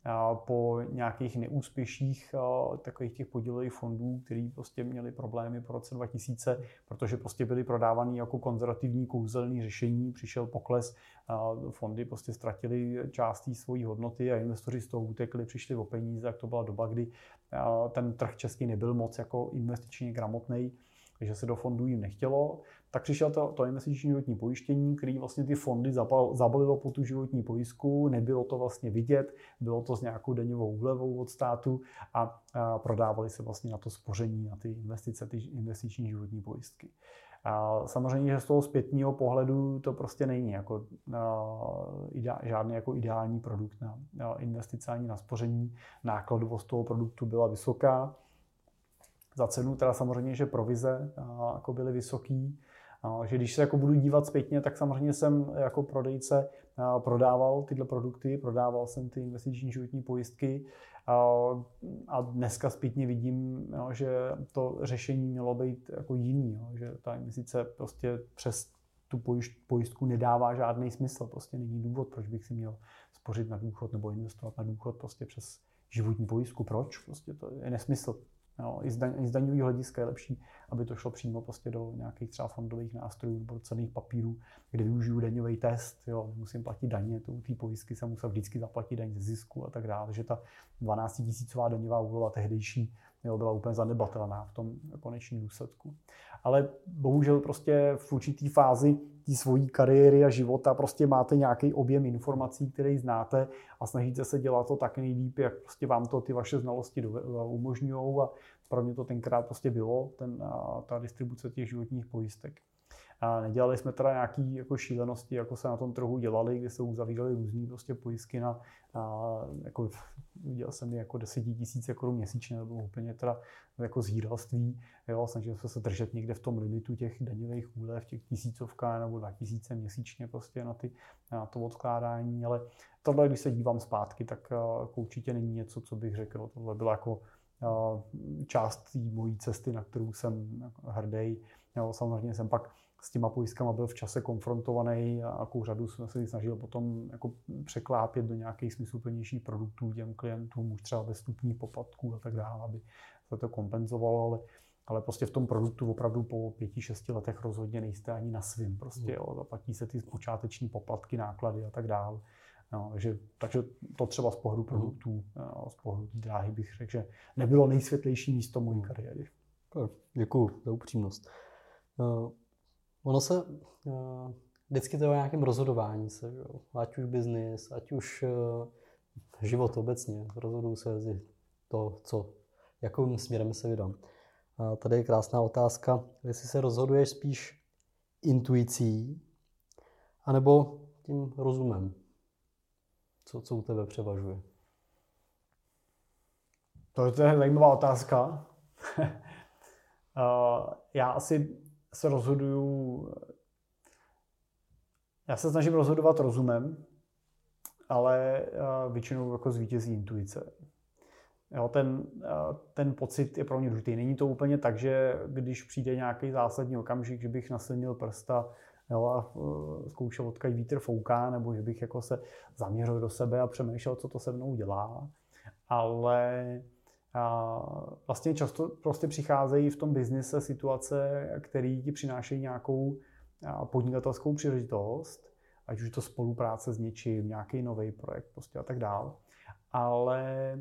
A: po nějakých neúspěších takových těch podílových fondů, který prostě měli problémy po roce dva tisíce, protože prostě byly prodávaný jako konzervativní kouzelný řešení, přišel pokles, fondy prostě ztratili část té svojí hodnoty a investoři z toho utekli, přišli o peníze, tak to byla doba, kdy ten trh český nebyl moc jako investičně gramotnej, takže se do fondů jim nechtělo, tak přišel to, to investiční životní pojištění, který vlastně ty fondy zabalilo po tu životní pojistku, nebylo to vlastně vidět, bylo to s nějakou daňovou úlevou od státu a, a prodávali se vlastně na to spoření, na ty investice, ty investiční životní pojistky. A samozřejmě, že z toho zpětního pohledu to prostě není jako ide, žádný jako ideální produkt na, na investice ani na spoření. Nákladovost toho produktu byla vysoká. Za cenu teda samozřejmě, že provize a, jako byly vysoký. A, že když se jako budu dívat zpětně, tak samozřejmě jsem jako prodejce a, prodával tyhle produkty, prodával jsem ty investiční životní pojistky a, a dneska zpětně vidím, jo, že to řešení mělo být jako jiný, jo, že ta investice prostě přes tu pojistku nedává žádný smysl, prostě není důvod, proč bych si měl spořit na důchod nebo investovat na důchod prostě přes životní pojistku, proč? Prostě to je nesmysl. No, i, z daň, i z daňového hlediska je lepší, aby to šlo přímo prostě do nějakých třeba fondových nástrojů nebo cenných papírů, kde využiju daňový test, jo, musím platit daně, to u té pojistky jsem musel vždycky zaplatit daň ze zisku a tak dále, takže ta dvanáctitisícová daňová úleva tehdejší, jo, byla úplně zanedbatelná v tom konečném důsledku. Ale bohužel prostě v určitý fázi té svojí kariéry a života prostě máte nějaký objem informací, který znáte a snažíte se dělat to tak nejlíp, jak prostě vám to ty vaše znalosti umožňují a pro mě to tenkrát prostě bylo, ten, ta distribuce těch životních pojistek. A nedělali jsme teda nějaké jako šílenosti, jako se na tom trhu dělali, kde se uzavíraly různé prostě pojistky na, a, jako, viděl jsem je jako desetitisíce korun měsíčně, to bylo úplně teda jako zhýralství, jo, snažili jsme se držet někde v tom limitu těch daňových úlev, těch tisícovkách nebo dva tisíce měsíčně prostě na, ty, na to odkládání, ale tohle, když se dívám zpátky, tak jako určitě není něco, co bych řekl, tohle byla jako část té mojí cesty, na kterou jsem hrdý. Jo, samozřejmě jsem pak s těma pojistkama byl v čase konfrontovaný a jakou řadu jsem se snažil potom jako překlápět do nějakých smysluplnějších produktů těm klientům, už třeba bez vstupních poplatků a tak dále, aby se to kompenzovalo, ale, ale prostě v tom produktu opravdu po pěti, šesti letech rozhodně nejste ani na svým. Prostě, jo, zaplatí se ty počáteční poplatky, náklady a tak dále. No, takže, takže to třeba z pohledu produktů, jo, z pohledu dráhy bych řekl, že nebylo nejsvětlejší místo mojí kariéry.
B: Děkuju za upřímnost. Uh, ono se uh, vždycky to je o nějakém rozhodování se, jo? Ať už biznis, ať už uh, život obecně. Rozhoduju se mezi to, co, jakým směrem se vydám. Uh, tady je krásná otázka, jestli se rozhoduješ spíš intuicí, anebo tím rozumem. Co, co u tebe převažuje?
A: To je zajímavá otázka. Já asi se rozhoduju, já se snažím rozhodovat rozumem, ale většinou jako zvítězí intuice. Jo, ten, ten pocit je pro mě důležitý. Není to úplně tak, že když přijde nějaký zásadní okamžik, že bych naslnil prsta, jo, a zkoušel, odkud vítr fouká, nebo že bych jako se zaměřil do sebe a přemýšlel, co to se mnou dělá. Ale a vlastně často prostě přicházejí v tom biznise situace, které ti přinášejí nějakou podnikatelskou příležitost, ať už je to spolupráce s něčím, nějaký nový projekt prostě a tak dál. Ale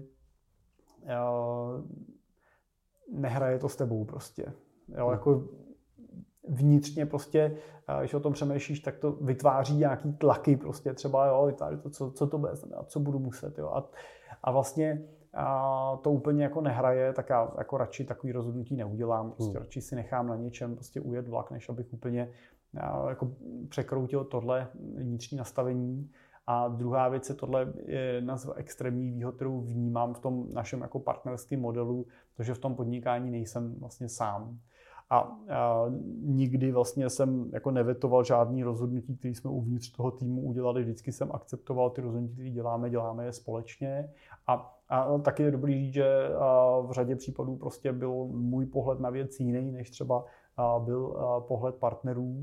A: nehraje to s tebou prostě. Jo, jako vnitřně prostě, když o tom přemýšlíš, tak to vytváří nějaký tlaky prostě třeba, jo, vytváří to, co, co to bude znamenat, co budu muset, jo. A, a vlastně a to úplně jako nehraje, tak já jako radši takový rozhodnutí neudělám, prostě hmm. radši si nechám na něčem prostě ujet vlak, než abych úplně jako překroutil tohle vnitřní nastavení. A druhá věc je tohle je jedna z extrémních výhod, kterou vnímám v tom našem jako partnerském modelu, protože v tom podnikání nejsem vlastně sám. A, a nikdy vlastně jsem jako nevetoval žádný rozhodnutí, které jsme uvnitř toho týmu udělali. Vždycky jsem akceptoval ty rozhodnutí, které děláme, děláme je společně. A, a taky je dobrý říct, že v řadě případů prostě byl můj pohled na věc jiný, než třeba byl pohled partnerů.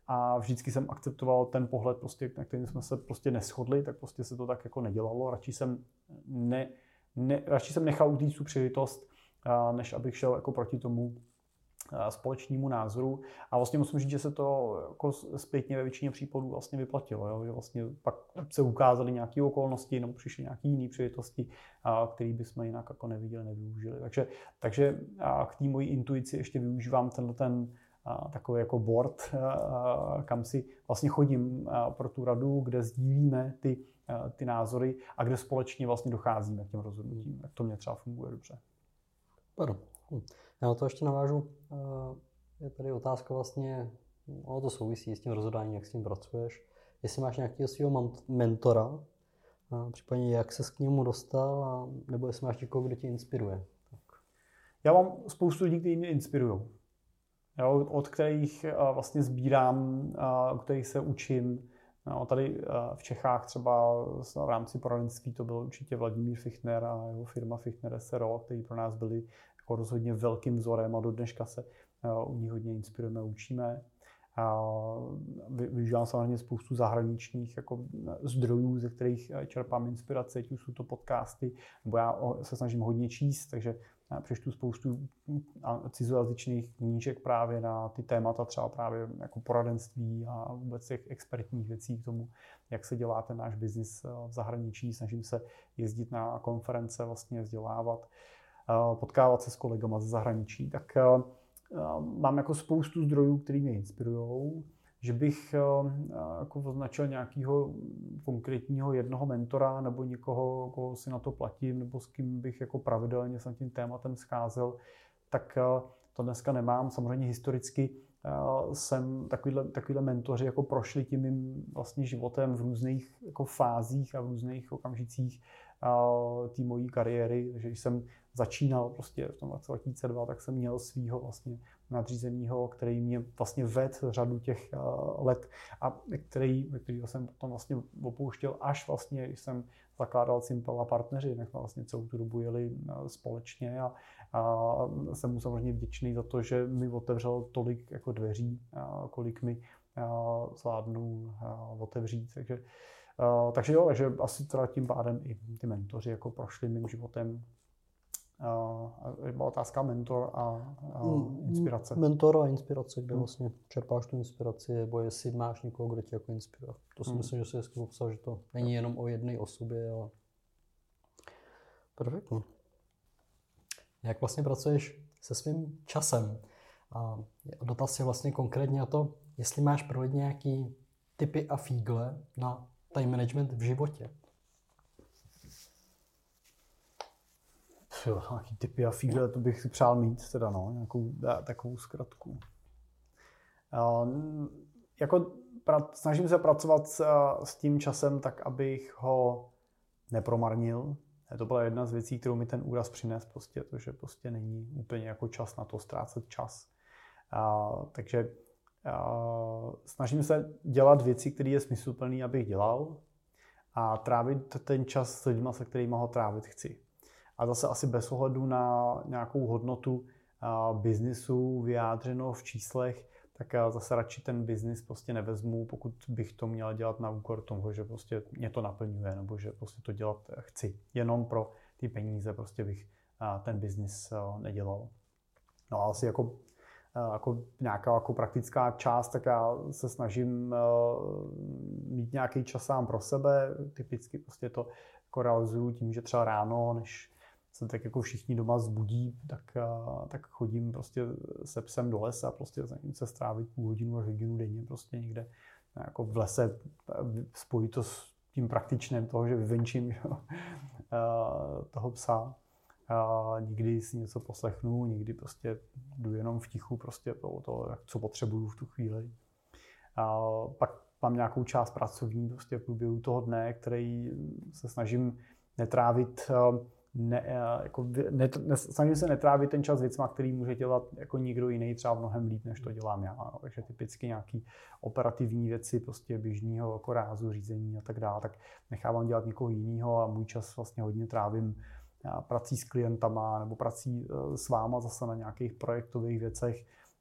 A: a vždycky jsem akceptoval ten pohled, prostě, na kterým jsme se prostě neshodli, tak prostě se to tak jako nedělalo. Radši jsem, ne, ne, radši jsem nechal utíct tu příležitost, než abych šel jako proti tomu společnému názoru. A vlastně musím říct, že se to jako zpětně ve většině případů vlastně vyplatilo. Jo? Že vlastně pak se ukázaly nějaké okolnosti nebo přišly nějaké jiné příležitosti, které bychom jinak jako neviděli, nevyužili. Takže, takže k té mojí intuici ještě využívám tenhle ten takový jako board, kam si vlastně chodím pro tu radu, kde sdílíme ty, ty názory a kde společně vlastně docházíme k těm rozhodnutím. Tak to mě třeba funguje dobře.
B: Pardon. Já na to ještě navážu. Je tady otázka vlastně, ono to souvisí s tím rozhodáním, jak s tím pracuješ. Jestli máš nějakého svého mentora, případně jak ses k němu dostal, a, nebo jestli máš někoho, kdo tě inspiruje. Tak.
A: Já mám spoustu lidí, kteří mě inspirují. Jo, od kterých vlastně sbírám, od kterých se učím. No, tady v Čechách třeba v rámci poradenství to byl určitě Vladimír Fichtner a jeho firma Fichtner es er o, který pro nás byli jako rozhodně velkým vzorem a do dneška se u nich hodně inspirujeme a učíme. Využívám samozřejmě spoustu zahraničních jako zdrojů, ze kterých čerpám inspiraci, ať už jsou to podcasty, nebo já se snažím hodně číst, takže přečtu spoustu cizojazyčných knížek právě na ty témata, třeba právě jako poradenství a vůbec těch expertních věcí k tomu, jak se dělá ten náš biznis v zahraničí. Snažím se jezdit na konference, vlastně vzdělávat, potkávat se s kolegama ze zahraničí. Tak mám jako spoustu zdrojů, které mě inspirují. Že bych jako označil nějakého konkrétního jednoho mentora nebo někoho, koho si na to platím, nebo s kým bych jako pravidelně se tím tématem scházel, tak to dneska nemám. Samozřejmě historicky jsem takovýhle, takovýhle mentoři jako prošli tím mým vlastně životem v různých jako fázích a v různých okamžicích té mojí kariéry. Takže když jsem začínal prostě v tom roce dva tisíce dva, tak jsem měl svýho vlastně nadřízenýho, který mě vlastně vedl řadu těch let a který, kterýho jsem potom vlastně opouštěl až vlastně, když jsem zakládal Simple a partneři, jinak jsme vlastně celou tu dobu jeli společně a, a jsem mu samozřejmě vděčný za to, že mi otevřel tolik jako dveří, kolik mi zvládnu otevřít. Takže, takže jo, takže asi teda tím pádem i ty mentoři jako prošli mým životem. Uh, byla otázka mentor a, a inspirace.
B: Mentor a inspirace, kde vlastně čerpáš tu inspiraci, nebo jestli máš někoho, kdo tě jako inspiruje. To si hmm. myslím, že si hezky popsal, že to není jenom o jedné osobě, ale perfektně. Jak vlastně pracuješ se svým časem? A dotaz je vlastně konkrétně na to, jestli máš pro lidi nějaký tipy a fígle na time management v životě.
A: Jo, nějaký typy a fígle, to bych si přál mít, teda no, nějakou takovou zkratku. Uh, jako pra, snažím se pracovat s, s tím časem tak, abych ho nepromarnil. To byla jedna z věcí, kterou mi ten úraz přines, prostě to, že prostě není úplně jako čas na to ztrácet čas. Uh, takže uh, snažím se dělat věci, které je smysluplný, abych dělal, a trávit ten čas s lidmi, se kterými ho trávit chci. A zase asi bez ohledu na nějakou hodnotu uh, biznisu vyjádřeno v číslech, tak uh, zase radši ten biznis prostě nevezmu, pokud bych to měl dělat na úkor toho, že prostě mě to naplňuje, nebo že prostě to dělat chci. Jenom pro ty peníze prostě bych uh, ten biznis uh, nedělal. No a asi jako, uh, jako nějaká jako praktická část, tak já se snažím uh, mít nějaký čas sám pro sebe. Typicky prostě to jako realizuju tím, že třeba ráno, než se tak jako všichni doma zbudí, tak, tak chodím prostě se psem do lesa, prostě se strávit půl hodinu až hodinu denně prostě někde jako v lese, spojit to s tím praktičným toho, že vyvenčím jo, toho psa. Někdy si něco poslechnu, někdy prostě jdu jenom v tichu prostě to, to, co potřebuju v tu chvíli. Pak mám nějakou část pracovní prostě v průběhu toho dne, který se snažím netrávit Ne, jako, ne, ne, snažím se netrávit ten čas věcma, který může dělat jako někdo jiný třeba mnohem líp, než to dělám já. No. Takže typicky nějaký operativní věci, prostě běžného jako rázu, řízení a tak dále, tak nechávám dělat někoho jiného a můj čas vlastně hodně trávím prací s klientama nebo prací s váma zase na nějakých projektových věcech,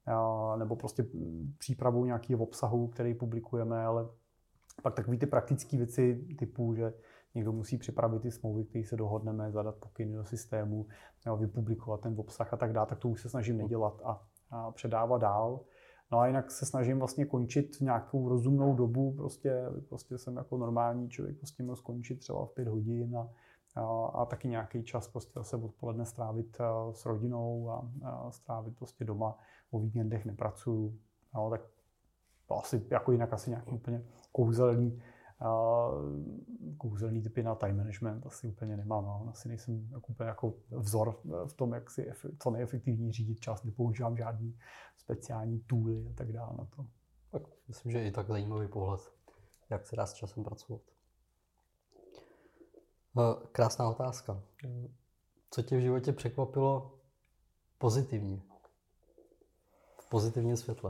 A: nebo prostě přípravou nějakého obsahu, který publikujeme, ale pak takový ty praktické věci typu, že někdo musí připravit ty smlouvy, které se dohodneme, zadat pokyny do systému, vypublikovat ten obsah a tak dále, tak to už se snažím nedělat a, a předávat dál. No a jinak se snažím vlastně končit v nějakou rozumnou dobu, prostě, prostě jsem jako normální člověk, prostě měl skončit třeba v pět hodin a, a, a taky nějaký čas prostě zase odpoledne strávit s rodinou a, a strávit prostě doma, o víkendech nepracuju, no, tak to asi jako jinak asi nějaký úplně kouzelný, uh, kouzelný typy na time management asi úplně nemám. No. Asi nejsem jako úplně jako vzor v tom, jak si co nejefektivněji řídit čas, nepoužívám žádný speciální tooly a tak dále na to.
B: Tak myslím, že je i tak zajímavý pohled, jak se dá s časem pracovat. Krásná otázka. Co tě v životě překvapilo pozitivně? V pozitivním světle?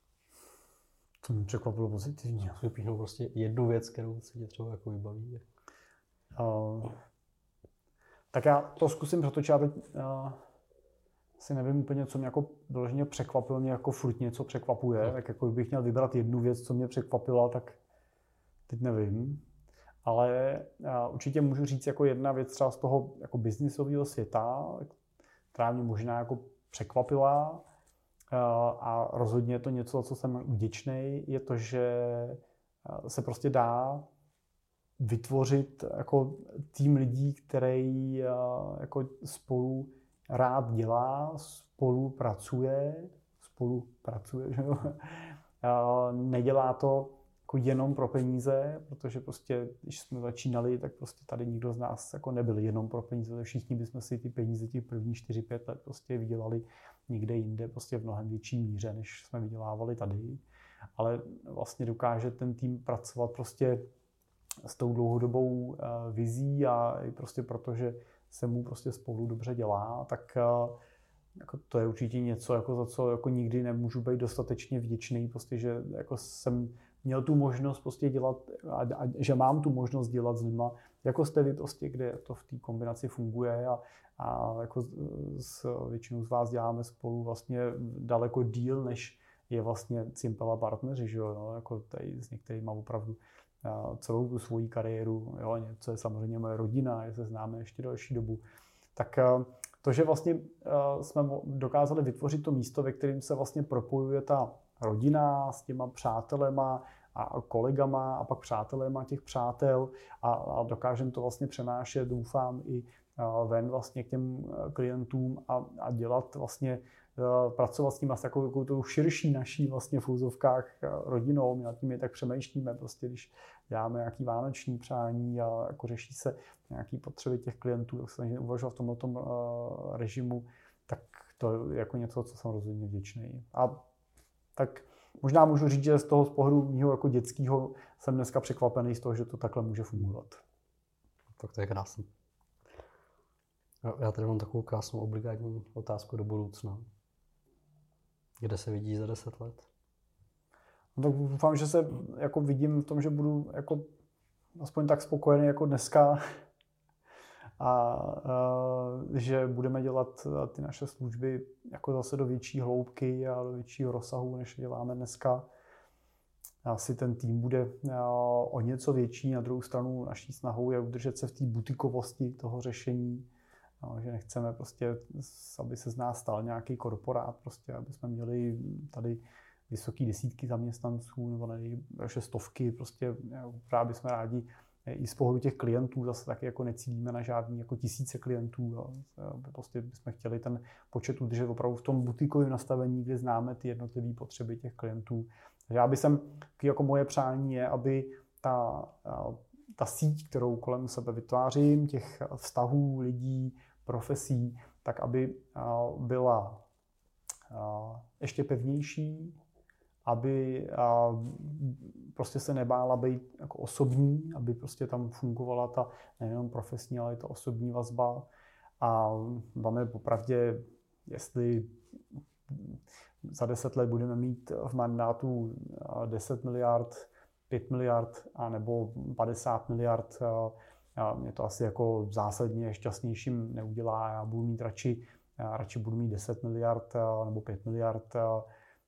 A: To mě překvapilo pozitivně.
B: Vypíchnout prostě jednu věc, kterou se tě třeba jako vybaví.
A: Uh, tak já to zkusím přetočit. Já teď uh, si nevím úplně, co mě jako vyloženě překvapilo. Mě jako furt něco překvapuje. No. Tak jako bych měl vybrat jednu věc, co mě překvapila, tak teď nevím. Ale uh, určitě můžu říct jako jedna věc třeba z toho jako biznisového světa, která mě možná jako překvapila. A rozhodně je to něco, co jsem vděčný, je to, že se prostě dá vytvořit jako tým lidí, který jako spolu rád dělá, spolu pracuje, spolu pracuje, že jo? Nedělá to jako jenom pro peníze, protože prostě, když jsme začínali, tak prostě tady nikdo z nás jako nebyl jenom pro peníze, všichni bychom si ty peníze těch první čtyři pět let prostě vydělali někde jinde, prostě v mnohem větší míře, než jsme vydělávali tady. Ale vlastně dokáže ten tým pracovat prostě s tou dlouhodobou vizí a i prostě protože se mu prostě spolu dobře dělá, tak jako to je určitě něco, jako za co jako nikdy nemůžu být dostatečně vděčný, prostě, že jako jsem měl tu možnost prostě dělat a, a že mám tu možnost dělat s lidma, jako jste vy prostě, kde to v té kombinaci funguje a, a jako s většinou z vás děláme spolu vlastně daleko díl, než je vlastně Cimpel partneři, že jo, no, jako tady s některými opravdu celou tu svoji kariéru, jo, něco je samozřejmě moje rodina, je se známe ještě další dobu, tak to, že vlastně jsme dokázali vytvořit to místo, ve kterém se vlastně propojuje ta rodina s těma přátelema a kolegama a pak přátelema těch přátel a, a dokážeme to vlastně přenášet, doufám, i ven vlastně k těm klientům a, a dělat vlastně, pracovat s nimi s takovou, takovou tou širší naší vlastně v úzovkách rodinou. My nad tím je tak přemýšlíme, prostě, když děláme nějaký vánoční přání a jako řeší se nějaké potřeby těch klientů, tak se snažíme uvažovat v tomto uh, režimu, tak to je jako něco, co jsem rozhodně vděčný. A tak možná můžu říct, že z toho z pohledu mýho jako dětského jsem dneska překvapený z toho, že to takhle může fungovat.
B: Tak to je krásný. Já tady mám takovou krásnou obligátní otázku do budoucna. Kde se vidíš za deset let?
A: No tak doufám, že se jako vidím v tom, že budu jako aspoň tak spokojený jako dneska a, a že budeme dělat ty naše služby jako zase do větší hloubky a do většího rozsahu, než děláme dneska. Asi ten tým bude o něco větší. Na druhou stranu naší snahou je udržet se v té butikovosti toho řešení. No, že nechceme prostě, aby se z nás stal nějaký korporát, prostě, aby jsme měli tady vysoké desítky zaměstnanců nebo naše stovky, prostě právě jsme rádi i z pohledu těch klientů, zase taky jako necílíme na žádný jako tisíce klientů, jo. Prostě bychom chtěli ten počet udržet opravdu v tom butikovém nastavení, kde známe ty jednotlivé potřeby těch klientů. Takže já bych sem, jako moje přání je, aby ta, ta síť, kterou kolem sebe vytvářím, těch vztahů, lidí, profesí, tak aby byla ještě pevnější, aby prostě se nebála být jako osobní, aby prostě tam fungovala ta nejenom profesní, ale i ta osobní vazba. A máme popravdě, jestli za deset let budeme mít v mandátu deset miliard, pět miliard a nebo padesát miliard, mě to asi jako zásadně šťastnějším neudělá. Já budu mít radši, já radši budu mít deset miliard nebo pět miliard,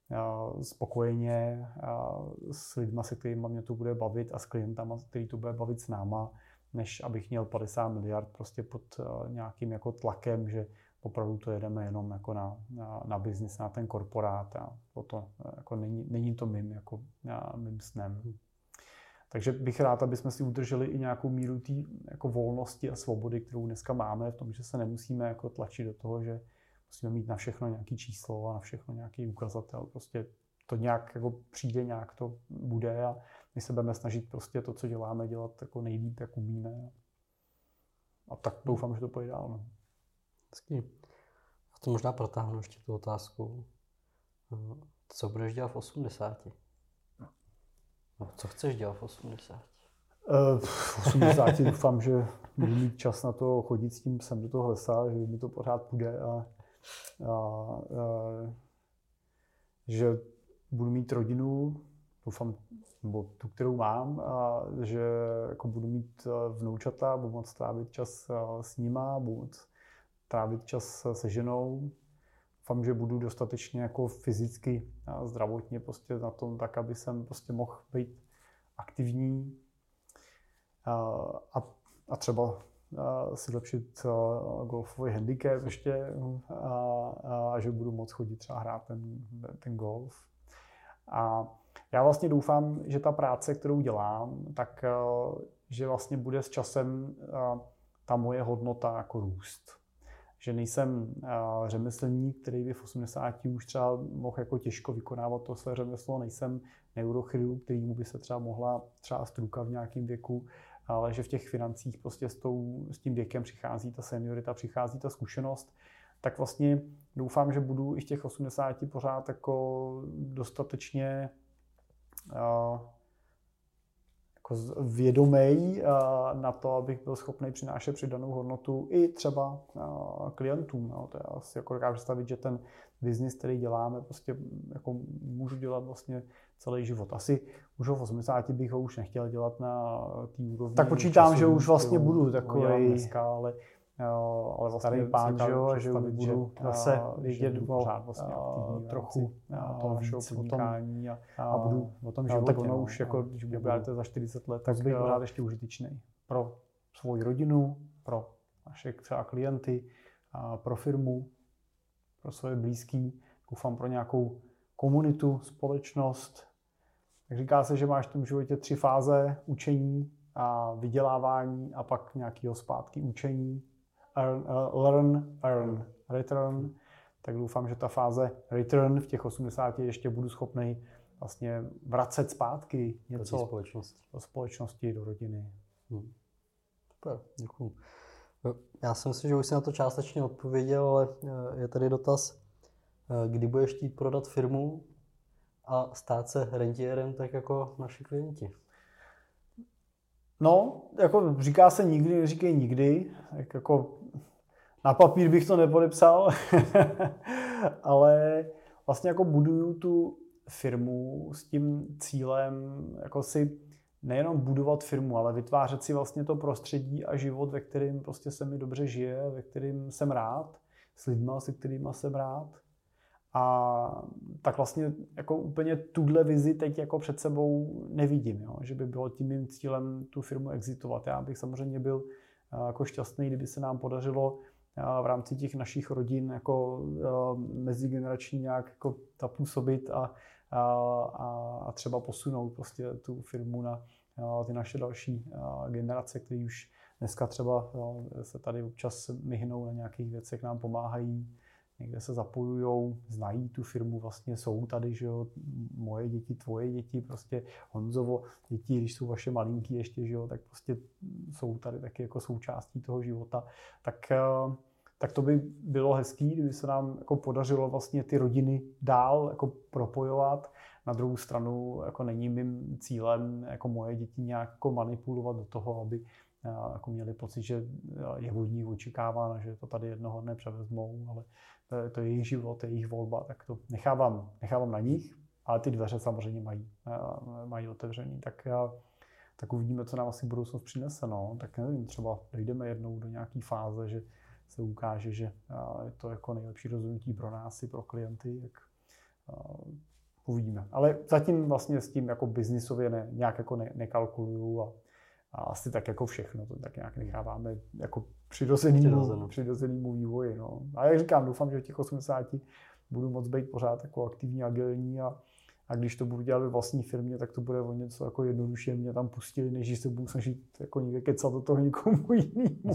A: spokojeně s lidma, se kterými mě to bude bavit a s klientama, který to bude bavit s náma, než abych měl padesát miliard prostě pod nějakým jako tlakem, že opravdu to jedeme jenom jako na, na, na biznis, na ten korporát a to jako není, není to mým, jako, mým snem. Takže bych rád, aby jsme si udrželi i nějakou míru té jako volnosti a svobody, kterou dneska máme, v tom, že se nemusíme jako tlačit do toho, že musíme mít na všechno nějaké číslo a na všechno nějaký ukazatel. Prostě to nějak jako přijde, nějak to bude a my se budeme snažit prostě to, co děláme, dělat jako nejlíp, jak umíme. A tak doufám, že to pojde dál. No.
B: Hezký. Já to možná protáhnu ještě tu otázku. Co budeš dělat v osmdesáti? No, co chceš dělat v osmdesáti?
A: Uh, v osmdesáti doufám, že budu mít čas na to chodit s tím psem do toho lesa, že mi to pořád půjde a, a, a že budu mít rodinu, doufám, nebo tu, kterou mám, a že jako budu mít vnoučata, budu moct trávit čas s nima, budu moct trávit čas se ženou. Doufám, že budu dostatečně jako fyzicky a zdravotně prostě na tom tak, aby jsem prostě mohl být aktivní a, a třeba si zlepšit golfový handicap ještě a, a že budu moct chodit třeba hrát ten, ten golf. A já vlastně doufám, že ta práce, kterou dělám, tak že vlastně bude s časem ta moje hodnota jako růst. Že nejsem uh, řemeslník, který by v osmdesáti už třeba mohl jako těžko vykonávat to své řemeslo, nejsem neurochirurg, kterýmu by se třeba mohla třeba struka v nějakém věku, ale že v těch financích prostě s, tou, s tím věkem přichází ta seniorita, přichází ta zkušenost, tak vlastně doufám, že budu i v těch osmdesáti pořád jako dostatečně uh, vědomý na to, abych byl schopný přinášet přidanou hodnotu i třeba klientům. To je asi jako dokážu představit, že ten biznis, který děláme, prostě jako můžu dělat vlastně celý život. Asi už v osmdesáti bych ho už nechtěl dělat na té úrovni. Tak počítám, že už vlastně budu takový dneska, ale Jo, ale vlastně starý pán, že jo, že budu zase vědět pořád vlastně trochu toho našeho podnikání a, a budu o tom životě. Tak ono no, už jako, když budete za čtyřicet let, tak bych pořád ještě užitečný pro svou rodinu, pro naše třeba klienty, pro firmu, pro své blízký, doufám pro nějakou komunitu, společnost. Tak říká se, že máš v tom životě tři fáze: učení a vydělávání a pak nějakého zpátky učení. Earn, uh, learn, earn, return. Tak doufám, že ta fáze return v těch osmdesáti ještě budu schopný vlastně vracet zpátky něco
B: do společnosti,
A: do společnosti, do rodiny.
B: Hmm. Super, děkuju. Já si myslím, že už jsi na to částečně odpověděl, ale je tady dotaz, kdy budeš chtít prodat firmu a stát se rentiérem tak jako naši klienti?
A: No, jako říká se nikdy, neříkej nikdy, tak jako na papír bych to nepodepsal, ale vlastně jako buduju tu firmu s tím cílem jako si nejenom budovat firmu, ale vytvářet si vlastně to prostředí a život, ve kterém prostě se mi dobře žije, ve kterém jsem rád, s lidma, se kterýma jsem rád. A tak vlastně jako úplně tuhle vizi teď jako před sebou nevidím, jo? Že by bylo tím mým cílem tu firmu exitovat. Já bych samozřejmě byl jako šťastný, kdyby se nám podařilo v rámci těch našich rodin jako mezigenerační nějak jako zapůsobit a, a, a třeba posunout prostě tu firmu na ty naše další generace, které už dneska třeba se tady občas myhnou na nějakých věcech, nám pomáhají, někde se zapojujou, znají tu firmu, vlastně jsou tady, že jo, moje děti, tvoje děti, prostě Honzovo děti, když jsou vaše malinký ještě, že jo, tak prostě jsou tady taky jako součástí toho života. Tak, tak to by bylo hezký, kdyby se nám jako podařilo vlastně ty rodiny dál jako propojovat. Na druhou stranu jako není mým cílem jako moje děti nějak jako manipulovat do toho, aby jako měli pocit, že je od nich očekáváno, že to tady jednoho dne převezmou, ale to je jejich život, to je jejich volba, tak to nechávám, nechávám na nich, ale ty dveře samozřejmě mají, mají otevřený, tak, tak uvidíme, co nám asi budoucnost přinese. No. Tak nevím, třeba dojdeme jednou do nějaké fáze, že se ukáže, že je to jako nejlepší rozhodnutí pro nás i pro klienty, jak uvidíme. Ale zatím vlastně s tím jako biznisově ne, nějak jako ne, nekalkuluju a, a asi tak jako všechno, to tak nějak necháváme jako přirozenému, přirozenému vývoji. No. A jak říkám, doufám, že v těch osmdesáti budu moc být pořád jako aktivní, agilní a, a když to budu dělat ve vlastní firmě, tak to bude o něco jako jednodušší, mě tam pustili, než že se budu snažit jako někde kecat do toho někomu jinému.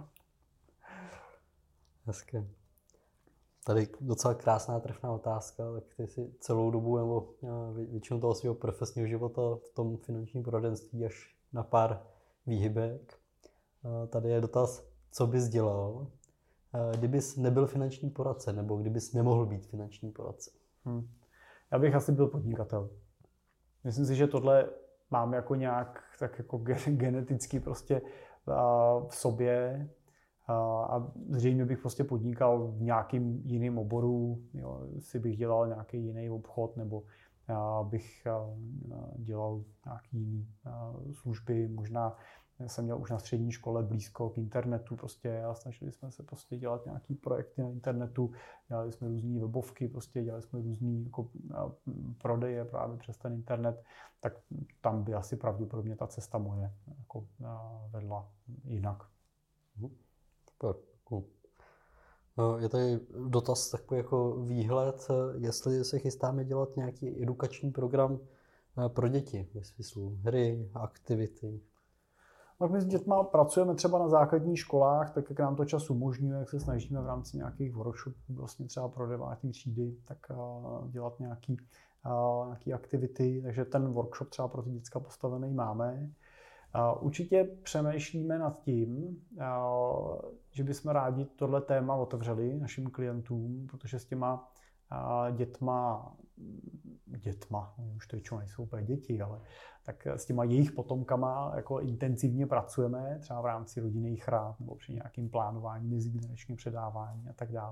B: Hezké. Tady docela krásná trefná otázka, tak ty si celou dobu nebo většinu toho svého profesního života v tom finančním poradenství až na pár výhybek. Tady je dotaz, co bys dělal, kdybys nebyl finanční poradce, nebo kdybys nemohl být finanční poradce?
A: Hmm. Já bych asi byl podnikatel. Myslím si, že tohle mám jako nějak tak jako geneticky prostě v sobě a zřejmě bych prostě podnikal v nějakým jiným oboru, jo, si bych dělal nějaký jiný obchod nebo bych dělal nějaký jiný služby, možná jsem měl už na střední škole blízko k internetu prostě a snažili jsme se prostě dělat nějaký projekty na internetu, dělali jsme různé webovky, prostě dělali jsme různé jako prodeje právě přes ten internet, tak tam by asi pravděpodobně ta cesta moje jako vedla jinak.
B: Je tady dotaz takový jako výhled, jestli se chystáme dělat nějaký edukační program pro děti ve smyslu hry, aktivity.
A: Tak my s dětma pracujeme třeba na základních školách, tak jak nám to čas umožňuje, jak se snažíme v rámci nějakých workshopů vlastně třeba pro devátý třídy, tak dělat nějaký, nějaký aktivity, takže ten workshop třeba pro ty děcka postavený máme. Určitě přemýšlíme nad tím, že bychom rádi tohle téma otevřeli našim klientům, protože s těma dětma, dětma, už to většinou nejsou úplně děti, ale tak s těma jejich potomkama jako intenzivně pracujeme, třeba v rámci rodinných rád nebo při nějakým plánování, mezigeneračním předávání a tak dále.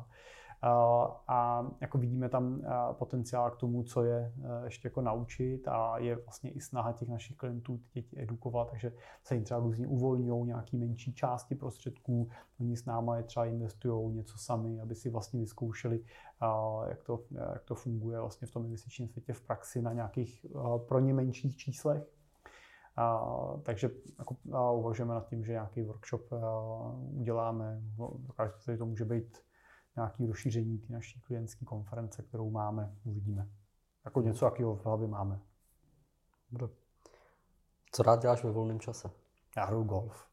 A: A jako vidíme tam potenciál k tomu, co je ještě jako naučit a je vlastně i snaha těch našich klientů ty děti edukovat, takže se jim třeba různě uvolňují nějaký menší části prostředků, oni s náma je třeba investují něco sami, aby si vlastně vyzkoušeli, jak to, jak to funguje vlastně v tom investičním světě v praxi na nějakých pro ně menších číslech. A, takže jako, a uvažujeme nad tím, že nějaký workshop a, uděláme, dokážete, to může být nějaké rozšíření té naší klientské konference, kterou máme, uvidíme. Jako něco, jakého v hlavě máme.
B: Dobře. Co rád děláš ve volném čase?
A: Já hraju golf.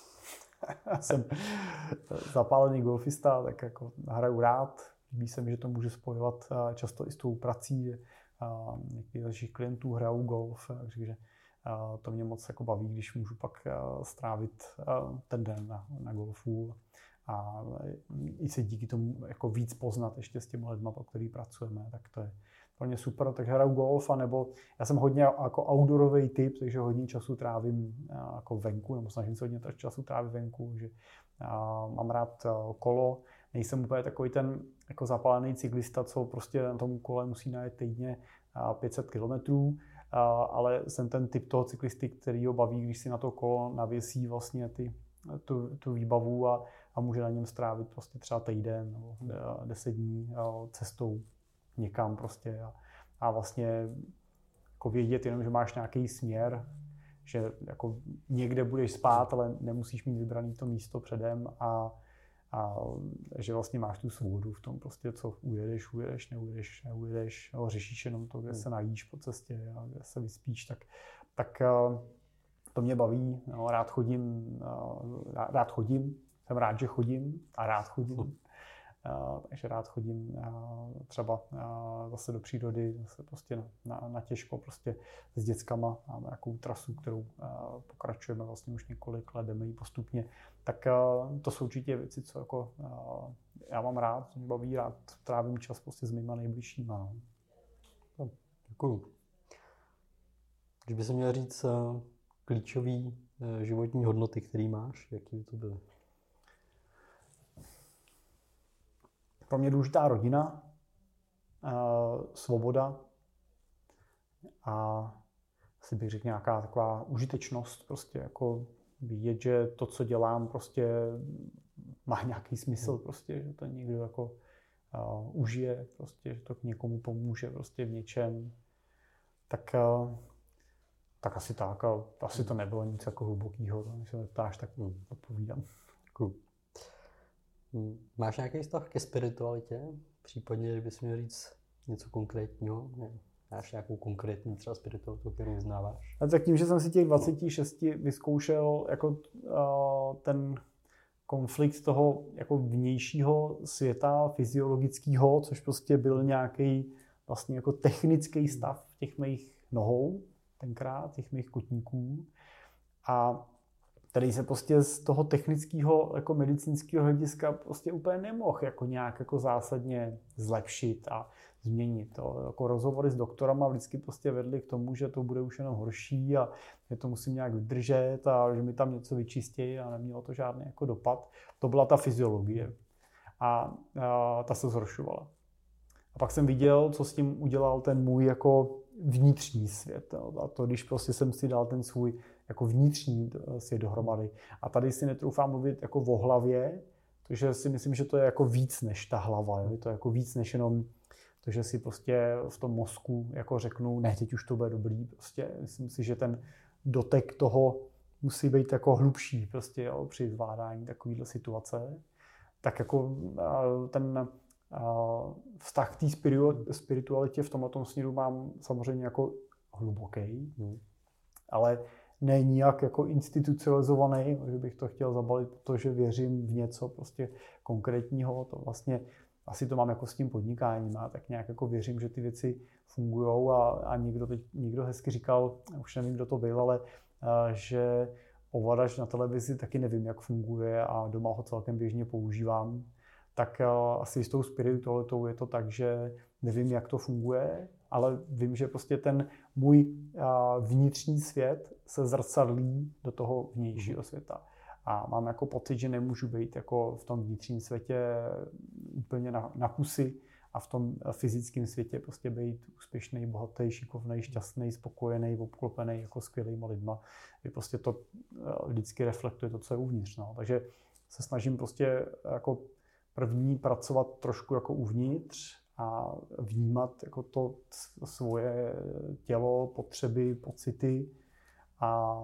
A: Jsem zapálený golfista, tak jako hraju rád. Líbí se mi, že to může spojovat často i s tou prací. Někteří z našich klientů hrajou golf, takže to mě moc jako baví, když můžu pak strávit ten den na, na golfu. A i se díky tomu jako víc poznat ještě s těmi lidmi, o kterých pracujeme, tak to je pro mě super. Takže hraju golf, nebo já jsem hodně jako outdoorový typ, takže hodně času trávím jako venku, nebo snažím se hodně času trávit venku, že mám rád kolo. Nejsem úplně takový ten jako zapálený cyklista, co prostě na tom kole musí najet týdně pět set kilometrů, ale jsem ten typ toho cyklisty, který ho baví, když si na to kolo navěsí vlastně ty, tu, tu výbavu a a může na něm strávit prostě třeba týden nebo deset dní cestou někam prostě a, a vlastně jako vědět jenom, že máš nějaký směr, že jako někde budeš spát, ale nemusíš mít vybraný to místo předem a, a že vlastně máš tu svobodu v tom prostě, co ujedeš, ujedeš, neujedeš, neujedeš, no, řešíš jenom to, kde se najíš po cestě a kde se vyspíš, tak, tak to mě baví, no, rád chodím, rád chodím, jsem rád, že chodím a rád chodím, uh, takže rád chodím uh, třeba uh, zase do přírody, zase prostě na, na, na těžko prostě s dětskama. Máme nějakou trasu, kterou uh, pokračujeme vlastně už několik let, jdeme ji postupně. Tak uh, to jsou určitě věci, co jako uh, já mám rád, mě baví, rád trávím čas prostě s mýma nejbližšíma.
B: No. Děkuju. Když by se měl říct uh, klíčový uh, životní hodnoty, který máš, jaký by to byly?
A: Pro mě důležitá rodina, svoboda a asi bych řekl nějaká taková užitečnost, prostě jako vidět, že to, co dělám, prostě má nějaký smysl, prostě, že to někdo jako uh, užije, prostě, že to k někomu pomůže prostě v něčem, tak, uh, tak asi tak. A asi to nebylo nic jako hlubokýho, když se mě ptáš, tak odpovídám.
B: Cool. Máš nějaký vztah ke spiritualitě? Případně, kdybys měl říct něco konkrétního? Ne. Máš nějakou konkrétní třeba spiritualitu, kterou uznáváš?
A: A tak tím, že jsem si těch dvacet šest vyzkoušel jako uh, ten konflikt toho jako vnějšího světa fyziologického, což prostě byl nějaký vlastně jako technický stav těch mých nohou, tenkrát, těch mých kotníků. A tady se prostě z toho technického jako medicínského hlediska prostě úplně nemohl jako nějak jako zásadně zlepšit a změnit. To. Jako rozhovory s doktorama vždycky prostě vedly k tomu, že to bude už jenom horší a že to musím nějak vydržet a že mi tam něco vyčistějí a nemělo to žádný jako dopad. To byla ta fyziologie a, a ta se zhoršovala. A pak jsem viděl, co s tím udělal ten můj jako vnitřní svět. A to, když prostě jsem si dal ten svůj jako vnitřní svět dohromady. A tady si netroufám mluvit jako o hlavě, protože si myslím, že to je jako víc než ta hlava. Jo? Je to jako víc než jenom to, že si prostě v tom mozku jako řeknu, ne, teď už to bude dobrý. Prostě myslím si, že ten dotek toho musí být jako hlubší prostě, jo, při zvládání takovéhle situace. Tak jako ten vztah k té spiritualitě v tomto směru mám samozřejmě jako hluboký, hmm. ale ne nijak jako institucionalizovaný, že bych to chtěl zabalit, protože věřím v něco prostě konkrétního, to vlastně asi to mám jako s tím podnikáním a tak nějak jako věřím, že ty věci fungujou a, a někdo, teď, někdo hezky říkal, už nevím, kdo to byl, ale a, že ovladač na televizi taky nevím, jak funguje a doma ho celkem běžně používám, tak a, asi s tou spiritualitou je to tak, že nevím, jak to funguje, ale vím, že prostě ten můj a, vnitřní svět se zrcadlí do toho vnějšího světa. A mám jako pocit, že nemůžu být jako v tom vnitřním světě úplně na, na kusy a v tom fyzickém světě prostě být úspěšný, bohatý, šikovný, šťastný, spokojený, obklopený jako skvělýma lidma. Je prostě to vždycky reflektuje to, co je uvnitř. No. Takže se snažím prostě jako první pracovat trošku jako uvnitř a vnímat jako to svoje tělo, potřeby, pocity a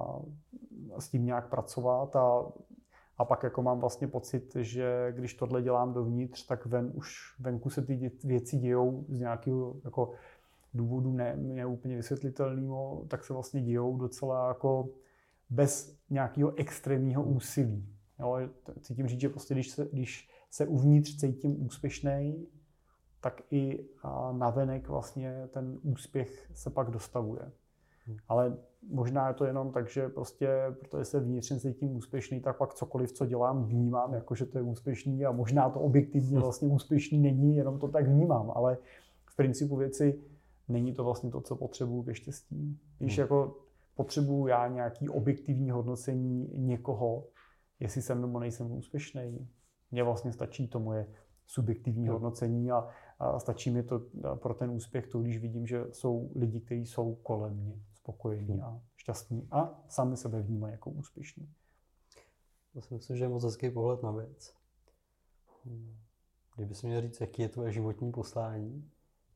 A: s tím nějak pracovat a, a pak jako mám vlastně pocit, že když tohle dělám dovnitř, tak ven už venku se ty věci dějou z nějakého jako důvodu ne, ne úplně vysvětlitelného, tak se vlastně dějou docela jako bez nějakého extrémního úsilí. Jo, cítím říct, že prostě když se, když se uvnitř cítím úspěšnej, tak i navenek vlastně ten úspěch se pak dostavuje. Hmm. Ale možná je to jenom tak, že prostě, protože se vnitřně cítím úspěšný, tak pak cokoliv, co dělám, vnímám, jako že to je úspěšný a možná to objektivně vlastně úspěšný není, jenom to tak vnímám, ale v principu věci není to vlastně to, co potřebuju ke štěstí. Když hmm. jako potřebuju já nějaký objektivní hodnocení někoho, jestli jsem nebo nejsem úspěšný, mně vlastně stačí to moje subjektivní hodnocení a, a stačí mi to pro ten úspěch, to když vidím, že jsou lidi, kteří jsou kolem mě spokojení a šťastní a sami sebe vnímají jako úspěšní.
B: To si myslím, že je moc hezký pohled na věc. Kdybys měl říct, jaký je tvoje životní poslání?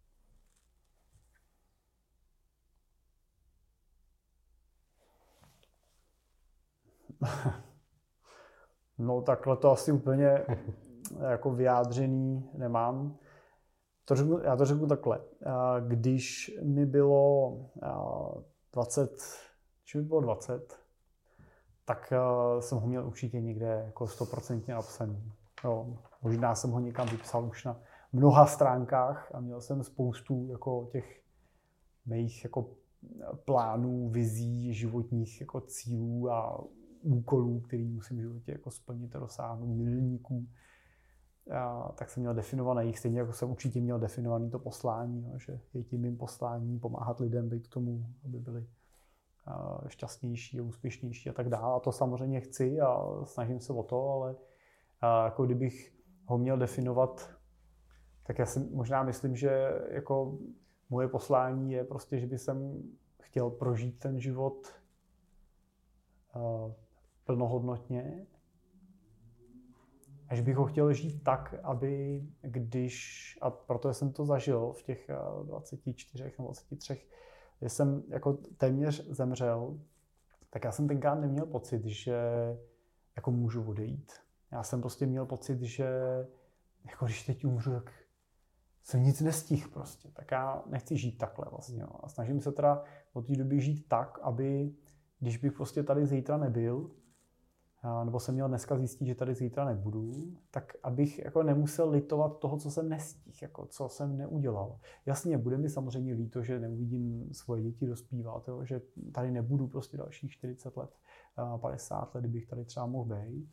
A: No takhle to asi úplně jako vyjádřený nemám. To řeknu, já to řeknu takhle. Když mi bylo dvacet, či mi bylo dvacet, tak jsem ho měl určitě někde jako stoprocentně napsaný. Jo, možná jsem ho někam vypsal už na mnoha stránkách a měl jsem spoustu jako těch mých jako plánů, vizí, životních jako cílů a úkolů, který musím v životě jako splnit a dosáhnout, milníků. A tak jsem měl definované, stejně jako jsem určitě měl definované to poslání, no, že je tím mým poslání pomáhat lidem být k tomu, aby byli uh, šťastnější a úspěšnější a tak dále. A to samozřejmě chci a snažím se o to, ale uh, jako kdybych ho měl definovat, tak já si možná myslím, že jako moje poslání je prostě, že bych jsem chtěl prožít ten život uh, plnohodnotně až bych ho chtěl žít tak, aby když, a protože jsem to zažil v těch dvaceti čtyřech nebo dvaceti třech, že jsem jako téměř zemřel, tak já jsem tenkrát neměl pocit, že jako můžu odejít. Já jsem prostě měl pocit, že jako když teď umřu, tak jsem nic nestihl prostě. Tak já nechci žít takhle vlastně. Jo. A snažím se teda od té doby žít tak, aby když bych prostě tady zítra nebyl, nebo jsem měl dneska zjistit, že tady zítra nebudu, tak abych jako nemusel litovat toho, co jsem nestihl, jako co jsem neudělal. Jasně, bude mi samozřejmě líto, že neuvidím svoje děti dospívat, jo, že tady nebudu prostě dalších čtyřicet let, padesát let, kdybych tady třeba mohl být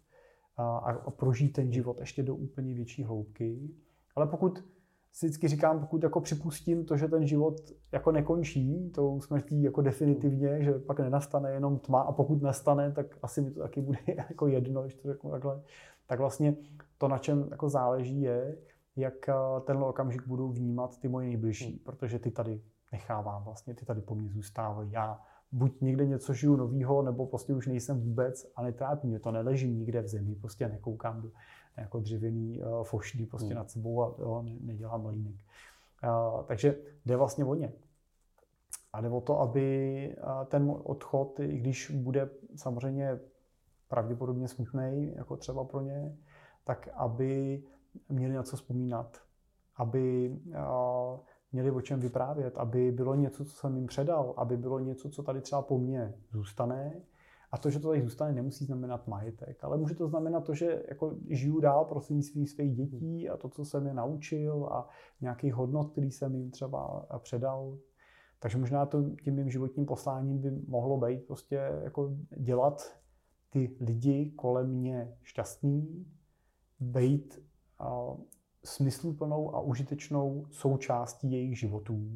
A: a prožít ten život ještě do úplně větší hloubky. Ale pokud si vždycky říkám, pokud jako připustím to, že ten život jako nekončí, tou smrtí jako definitivně, že pak nenastane jenom tma a pokud nastane, tak asi mi to taky bude jako jedno, když to řeknu takhle, tak vlastně to, na čem jako záleží, je, jak tenhle okamžik budu vnímat ty moje nejbližší, protože ty tady nechávám vlastně, ty tady po mně zůstávají. Já buď někde něco žiju novýho, nebo prostě už nejsem vůbec a netrápí mě to, neležím nikde v zemi, prostě nekoukám do jako dřevěný uh, fošny prostě hmm. nad sebou a jo, ne, nedělám mlýnek. Uh, takže jde vlastně o ně. A jde o to, aby uh, ten odchod, i když bude samozřejmě pravděpodobně smutný, jako třeba pro ně, tak aby měli na co vzpomínat, aby uh, měli o čem vyprávět, aby bylo něco, co jsem jim předal, aby bylo něco, co tady třeba po mně zůstane. A to, že to tady zůstane, nemusí znamenat majetek, ale může to znamenat to, že jako žiju dál prostřednictvím svých dětí a to, co jsem je naučil a nějakých hodnot, který jsem jim třeba předal. Takže možná to tím mým životním posláním by mohlo být prostě jako dělat ty lidi kolem mě šťastný, být uh, smysluplnou a užitečnou součástí jejich životů,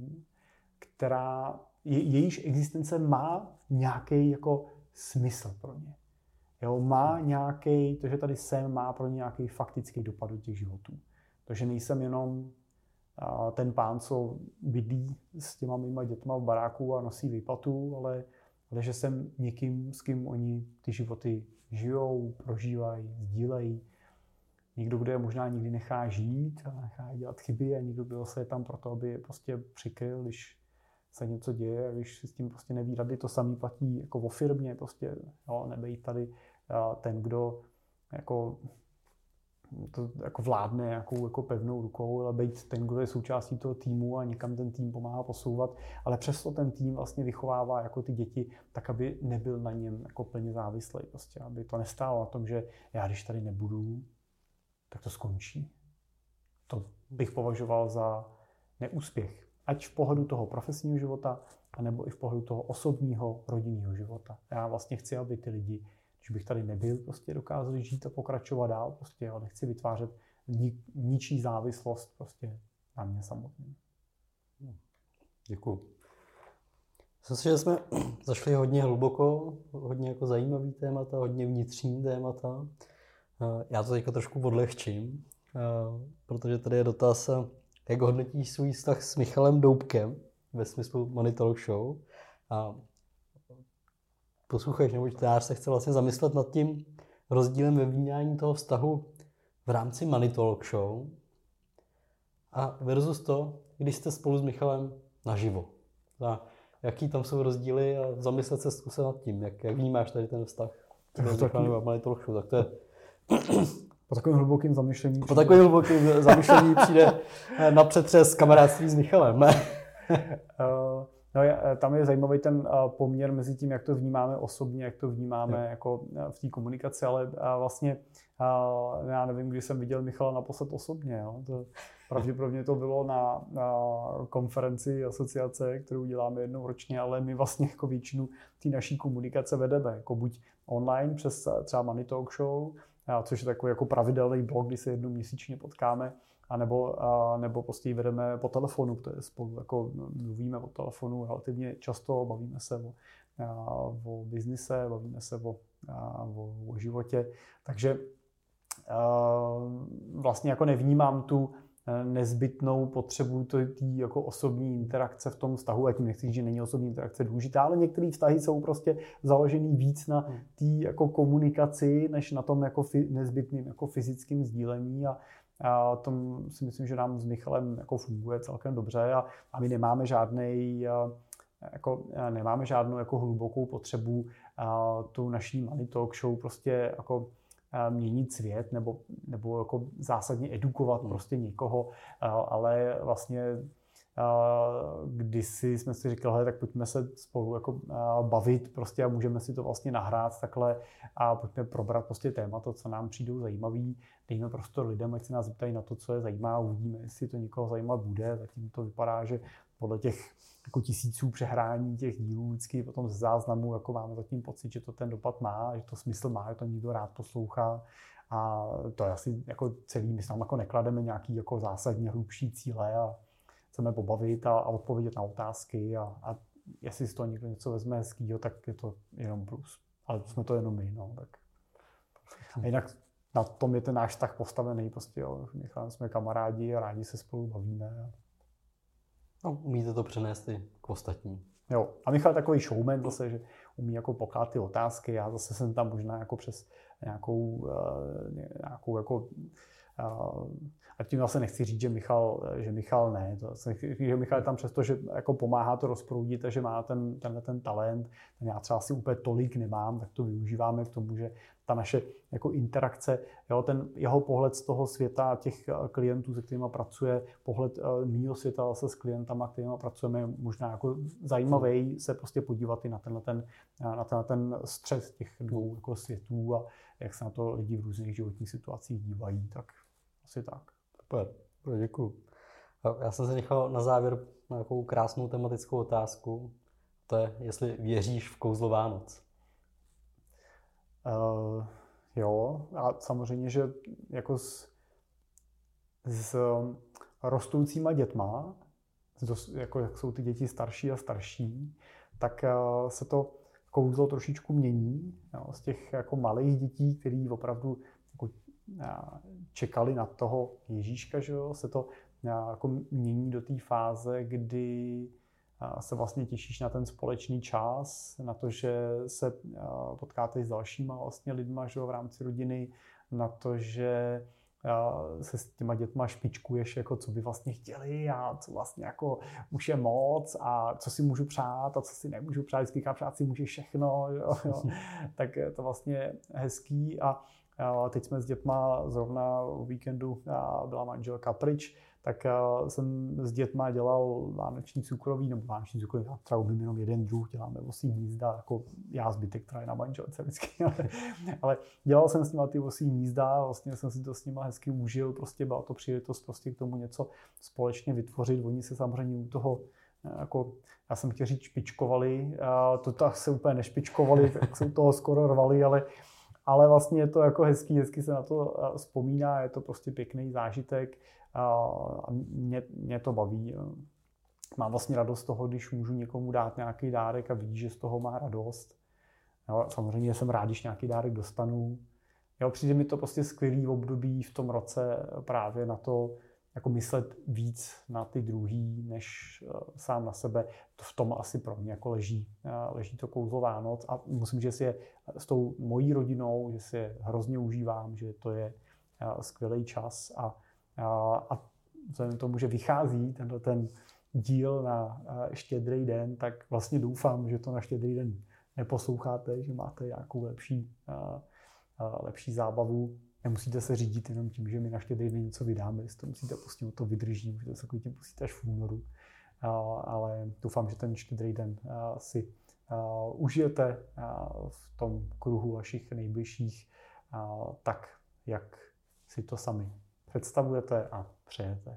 A: která je, jejíž existence má nějaký jako smysl pro ně. Jo, má nějaký, to, že tady jsem, má pro ně nějaký faktický dopad do těch životů. To, že nejsem jenom a, ten pán, co bydlí s těma mýma dětma v baráku a nosí výplatu, ale, ale že jsem někým, s kým oni ty životy žijou, prožívají, sdílejí. Někdo, kdo je možná nikdy nechá žít a nechá dělat chyby a někdo, kdo se je tam proto, aby je prostě přikryl, když se něco děje a když si s tím prostě neví rady, to samý platí jako o firmě, prostě, jo, nebejt tady ten, kdo jako, to jako vládne nějakou jako pevnou rukou, ale být ten, kdo je součástí toho týmu a někam ten tým pomáhá posouvat, ale přesto ten tým vlastně vychovává jako ty děti tak, aby nebyl na něm jako plně závislý, prostě, aby to nestálo na tom, že já když tady nebudu, tak to skončí. To bych považoval za neúspěch. Ať v pohledu toho profesního života, anebo i v pohledu toho osobního, rodinného života. Já vlastně chci, aby ty lidi, když bych tady nebyl, prostě dokázali žít a pokračovat dál. Prostě, jo, nechci vytvářet ni, ničí závislost prostě na mě samotným.
B: Děkuju. Myslím si, že jsme zašli hodně hluboko, hodně jako zajímavý témata, hodně vnitřní témata. Já to teďka trošku odlehčím, protože tady je dotaz, jak hodnotíš svůj vztah s Michalem Doubkem ve smyslu Money Talk Show. A posluchač nebo čtenář se chce vlastně zamyslet nad tím rozdílem ve vnímání toho vztahu v rámci Money Talk Show a versus to, když jste spolu s Michalem naživo. A jaký tam jsou rozdíly a zamyslet se zkusit nad tím, jak, jak vnímáš tady ten vztah s Michalem a Money Talk Show. Tak to je...
A: Po takovým hlubokým zamyšlení.
B: Po takovým hlubokým zamyšlení přijde na přetřes kamarádství s Michalem.
A: No, tam je zajímavý ten poměr mezi tím, jak to vnímáme osobně, jak to vnímáme jako v té komunikaci, ale vlastně já nevím, kdy jsem viděl Michala naposled osobně. Jo. To, pravděpodobně to bylo na, na konferenci asociace, kterou děláme jednou ročně, ale my vlastně jako většinu té naší komunikace vedeme, jako buď online přes třeba Money Talk Show, což je takový jako pravidelný blog, kdy se jednou měsíčně potkáme, a nebo, a nebo prostě ji vedeme po telefonu, které spolu jako mluvíme po telefonu relativně často, bavíme se o, o biznise, bavíme se o, o, o životě. Takže a, vlastně jako nevnímám tu nezbytnou potřebu té jako osobní interakce v tom vztahu, a tím nechci říct, že není osobní interakce důležitá, ale některé vztahy jsou prostě založený víc na té jako komunikaci, než na tom jako nezbytným jako fyzickým sdílení, a a tom si myslím, že nám s Michalem jako funguje celkem dobře, a, a my nemáme žádnej, jako, nemáme žádnou jako hlubokou potřebu a, tu naší Money Talk Show prostě jako měnit svět nebo, nebo jako zásadně edukovat hmm. prostě někoho, ale vlastně kdysi jsme si říkali, hele, tak pojďme se spolu jako bavit prostě a můžeme si to vlastně nahrát takhle a pojďme probrat prostě témata, co nám přijdou zajímavý, dejme prostor lidem, ať se nás zeptají na to, co je zajímá, uvidíme, jestli to někoho zajímat bude. Zatím to vypadá, že podle těch jako tisíců přehrání těch dílů vždycky potom ze záznamu jako máme zatím pocit, že to ten dopad má, že to smysl má, že to někdo rád poslouchá. A to je asi jako celý, my tam jako neklademe nějaký jako zásadní hlubší cíle a chceme pobavit a, a odpovědět na otázky, a, a jestli z toho někdo něco vezme hezkýho, tak je to jenom plus. Ale jsme to jenom my, no, tak. A jinak na tom je ten náš vztah postavený, prostě jo. Michal, jsme kamarádi a rádi se spolu bavíme.
B: No, umíte to přenést i k ostatním.
A: Jo, a Michal je takový showman zase, že umí jako poklát ty otázky, já zase jsem tam možná jako přes nějakou, nějakou jako, a tím zase nechci říct, že Michal, že Michal ne, to zase nechci říct, že Michal je tam přesto, že jako pomáhá to rozproudit a že má ten, tenhle ten talent, ten já třeba asi úplně tolik nemám, tak to využíváme k tomu, že ta naše jako interakce, jo, ten jeho pohled z toho světa těch klientů, se kterými pracuje, pohled mýho světa zase s klientama, kterými pracujeme, možná jako zajímavý se prostě podívat i na tenhle ten, na tenhle ten střed těch dvou jako světů a jak se na to lidi v různých životních situacích dívají, tak asi tak.
B: Super, děkuju. Já jsem se nechal na závěr na takovou krásnou tematickou otázku. To je, jestli věříš v kouzlo Vánoc.
A: Uh, jo, a samozřejmě, že jako s, s rostoucíma dětma, jako jak jsou ty děti starší a starší, tak uh, se to kouzlo trošičku mění. Jo, z těch jako malých dětí, který opravdu jako, uh, čekali na toho Ježíška, že jo, se to uh, jako mění do té fáze, kdy se vlastně těšíš na ten společný čas, na to, že se potkáte s dalšíma vlastně lidma, že v rámci rodiny, na to, že se s těma dětma špičkuješ, jako co by vlastně chtěli a co vlastně jako už je moc a co si můžu přát a co si nemůžu přát. Vždycky přát si můžeš všechno, jo, jo. Tak je to vlastně hezký. A teď jsme s dětma zrovna o víkendu byla manželka pryč, tak jsem s dětma dělal vánoční cukroví, nebo vánoční cukroví, já třeba umím jenom jeden druh, děláme osí hnízda, jako já zbytek teda je na manželce vždycky, ale, ale dělal jsem s nima ty osí hnízda, vlastně jsem si to s nima hezky užil, prostě byla to příležitost prostě k tomu něco společně vytvořit, oni se samozřejmě u toho, jako, já jsem chtěl říct špičkovali, to tak se úplně nešpičkovali, tak se u toho skoro rvali, ale ale vlastně je to jako hezký, hezky se na to vzpomíná, je to prostě pěkný zážitek a mě, mě to baví. Mám vlastně radost z toho, když můžu někomu dát nějaký dárek a vidí, že z toho má radost. Jo, samozřejmě jsem rád, když nějaký dárek dostanu. Jo, přijde mi to prostě skvělý období v tom roce právě na to, jako myslet víc na ty druhý, než sám na sebe. To v tom asi pro mě jako leží, leží to kouzlo Vánoc a musím, že si je s tou mojí rodinou, že si je hrozně užívám, že to je skvělý čas a, a, a vzhledem tomu, že vychází tenhle ten díl na Štědrý den, tak vlastně doufám, že to na Štědrý den neposloucháte, že máte nějakou lepší, lepší zábavu. Nemusíte se řídit jenom tím, že my na Štědrý den něco vydáme, jestli to musíte pustit, to vydrží, můžete se tím pustit až v únoru. Ale doufám, že ten Štědrý den si užijete v tom kruhu vašich nejbližších tak, jak si to sami představujete a přejete.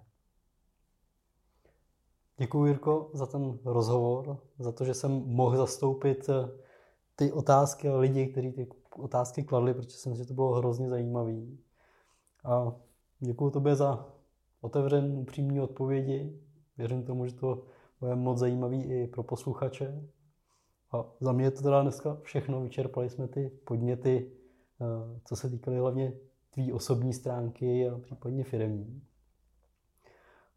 B: Děkuji, Jirko, za ten rozhovor, za to, že jsem mohl zastoupit ty otázky a lidi, kteří ty otázky kladli, protože jsem si, že to bylo hrozně zajímavý. A děkuji tobě za otevřené, upřímné odpovědi. Věřím tomu, že to bude moc zajímavý i pro posluchače. A za mě je to teda dneska všechno. Vyčerpali jsme ty podněty, co se týkaly hlavně tvý osobní stránky a případně firemní.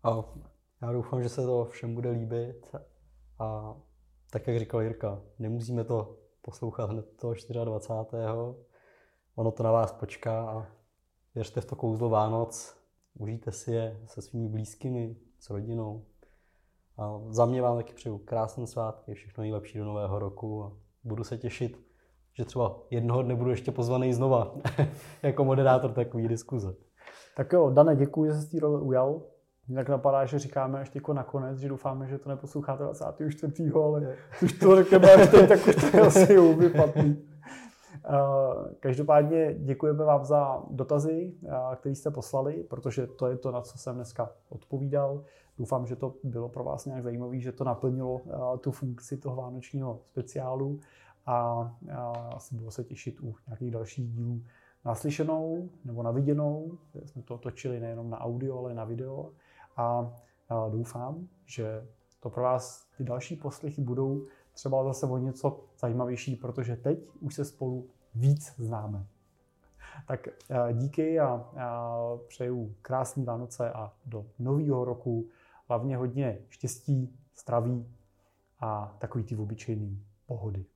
B: A já doufám, že se to všem bude líbit. A tak, jak říkal Jirka, nemusíme to poslouchat hned toho dvacátého čtvrtého Ono to na vás počká a věřte v to kouzlo Vánoc. Užijte si je se svými blízkými, s rodinou. A za mě vám taky přeju krásné svátky, všechno nejlepší do nového roku a budu se těšit, že třeba jednoho dne budu ještě pozvaný znova jako moderátor takové diskuze.
A: Tak jo, Dane, děkuji, že jsi z té role ujal. Jinak napadá, že říkáme až jako nakonec, že doufáme, že to neposloucháte dvacátého čtvrtého ale už to řekneme až teď, tak už to je asi vypadný. Každopádně děkujeme vám za dotazy, které jste poslali, protože to je to, na co jsem dneska odpovídal. Doufám, že to bylo pro vás nějak zajímavé, že to naplnilo tu funkci toho vánočního speciálu a asi bylo se těšit u nějakých dalších dílů naslyšenou nebo na viděnou. Jsme to točili nejenom na audio, ale na video a doufám, že to pro vás ty další poslechy budou třeba zase o něco zajímavější, protože teď už se spolu víc známe. Tak díky a přeju krásný Vánoce a do nového roku hlavně hodně štěstí, zdraví a takový ty obyčejný pohody.